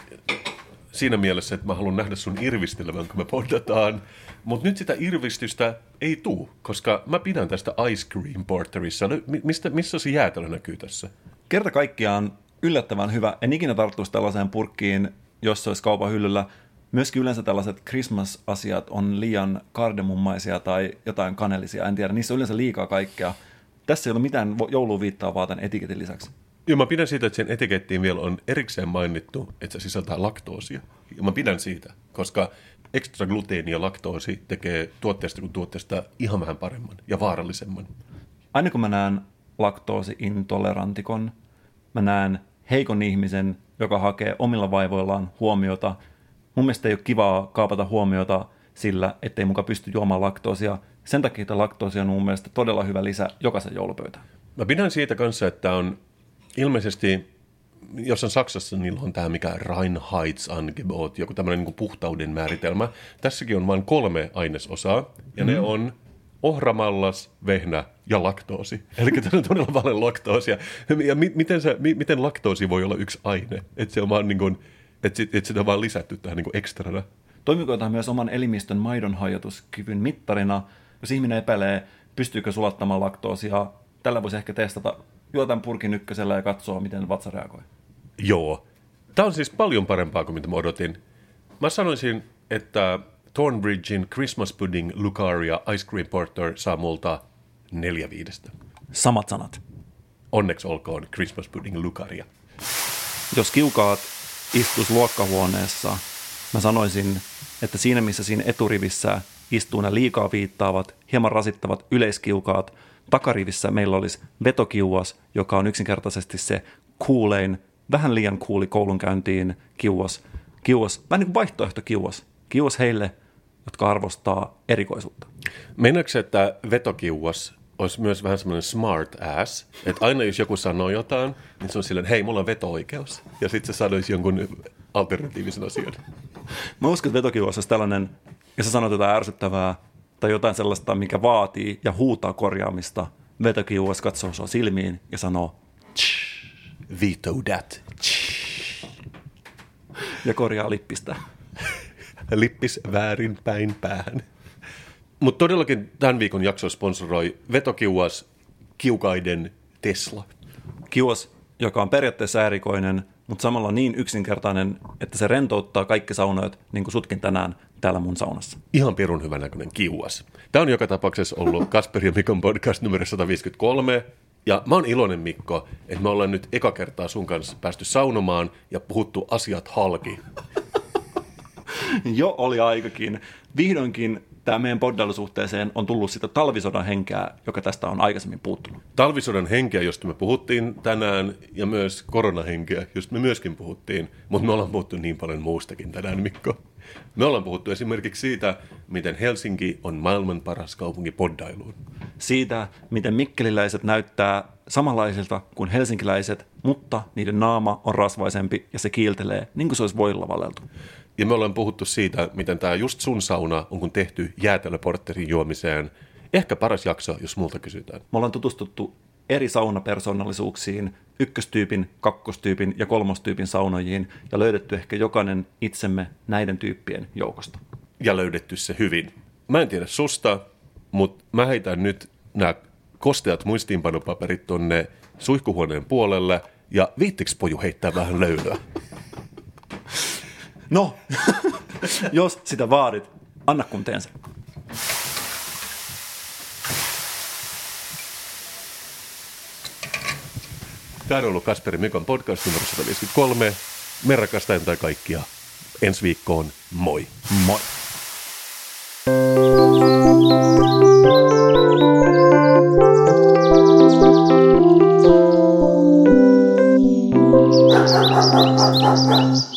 siinä mielessä, että mä haluan nähdä sun irvistelevän, kun me poddataan. Mutta nyt sitä irvistystä ei tule, koska mä pidän tästä Ice Cream Porterissa. Missä se jäätelö näkyy tässä? Kerta kaikkiaan yllättävän hyvä. En ikinä tarttuisi tällaiseen purkkiin, jos se olisi kaupan hyllyllä. Myöskin yleensä tällaiset Christmas-asiat on liian kardemummaisia tai jotain kanellisia, en tiedä. Niissä on yleensä liikaa kaikkea. Tässä ei ole mitään jouluun viittaavaa tämän etiketin lisäksi. Joo, mä pidän siitä, että sen etikettiin vielä on erikseen mainittu, että se sisältää laktoosia. Ja mä pidän siitä, koska ekstra gluteeni ja laktoosi tekee tuotteesta kuin tuotteesta ihan vähän paremman ja vaarallisemman. Aina kun mä näen laktoosi-intolerantikon, mä näen heikon ihmisen, joka hakee omilla vaivoillaan huomiota. Mun mielestä ei ole kivaa kaapata huomiota sillä, ettei muka pysty juomaan laktoosia. Sen takia, että laktoosi on mun mielestä todella hyvä lisä jokaisen joulupöytään. Mä pidän siitä kanssa, että on ilmeisesti, jos on Saksassa, niillä on tämä mikä Reinheitsangebot, joku tämmöinen niin kuin puhtauden määritelmä. Tässäkin on vain 3 ainesosaa, ja ne on ohramallas, vehnä ja laktoosi. Eli tässä on todella paljon laktoosia. Ja miten laktoosi voi olla yksi aine? Että se on vaan niin kuin, että sitä on vaan lisätty tähän niin kuin ekstrana. Toimiko tämä myös oman elimistön maidonhajotuskyvyn mittarina? Jos ihminen epäilee, pystyykö sulattamaan laktoosia, tällä voisi ehkä testata. Juo tämän purkin ykkösellä ja katsoo, miten vatsa reagoi. Joo. Tämä on siis paljon parempaa kuin mitä mä odotin. Mä sanoisin, että Thornbridgein Christmas Pudding Lucaria Ice Cream Porter saa multa 4/5. Samat sanat. Onneksi olkoon Christmas Pudding Lucaria. Jos kiukaat istus luokkahuoneessa, mä sanoisin, että siinä missä siinä eturivissä istuu nämä liikaa viittaavat, hieman rasittavat yleiskiukaat, takarivissä meillä olisi vetokiuas, joka on yksinkertaisesti se kuulein, vähän liian kuuli koulunkäyntiin kiuas. Kiuas, vähän niin kuin vaihtoehtokiuas. Kiuas heille, jotka arvostaa erikoisuutta. Meinaatko, että vetokiuas olisi myös vähän semmoinen smart ass, että aina jos joku sanoo jotain, niin se on silleen, hei, mulla on veto-oikeus. Ja sitten se sanoisi jonkun alternatiivisen asian. Mä uskon, että vetokiuas olisi tällainen, jos sä sanot jotain ärsyttävää tai jotain sellaista, mikä vaatii ja huutaa korjaamista. Vetokiuas katsoo sua silmiin ja sanoo, veto that. Ja korjaa lippistä. Lippis väärin päin päähän. Mutta todellakin tämän viikon jakso sponsoroi vetokiuas kiukaiden Tesla. Kiuas, joka on periaatteessa erikoinen, mutta samalla niin yksinkertainen, että se rentouttaa kaikki saunoit, niin kuin sutkin tänään täällä mun saunassa. Ihan pirun hyvän näköinen kiuas. Tämä on joka tapauksessa ollut Kasper ja Mikon podcast numero 153. Ja mä oon iloinen, Mikko, että me ollaan nyt eka kertaa sun kanssa päästy saunomaan ja puhuttu asiat halki. Jo oli aikakin. Vihdoinkin tämä meidän poddailusuhteeseen on tullut sitä talvisodan henkeä, joka tästä on aikaisemmin puuttunut. Talvisodan henkeä, josta me puhuttiin tänään, ja myös koronahenkeä, josta me myöskin puhuttiin, mutta me ollaan puhuttu niin paljon muustakin tänään, Mikko. Me ollaan puhuttu esimerkiksi siitä, miten Helsinki on maailman paras kaupunki poddailuun. Siitä, miten mikkeliläiset näyttää samanlaisilta kuin helsinkiläiset, mutta niiden naama on rasvaisempi ja se kiiltelee niin kuin se olisi voilla valeltu. Ja me ollaan puhuttu siitä, miten tämä just sun sauna on kun tehty jäätelöportterin juomiseen. Ehkä paras jakso, jos multa kysytään. Me ollaan tutustuttu eri saunapersonallisuuksiin, ykköstyypin, kakkostyypin ja kolmostyypin saunojiin ja löydetty ehkä jokainen itsemme näiden tyyppien joukosta. Ja löydetty se hyvin. Mä en tiedä susta, mutta mä heitän nyt nämä kosteat muistiinpanopaperit tonne suihkuhuoneen puolelle ja viittiks poju heittää vähän löylyä? No, jos sitä vaadit, anna kun teen sen. Tämä on ollut Kasperin Mikon podcast numero 153. Me rakastaen tai kaikkia. Ensi viikkoon, moi. Moi. Ha ha ha ha ha!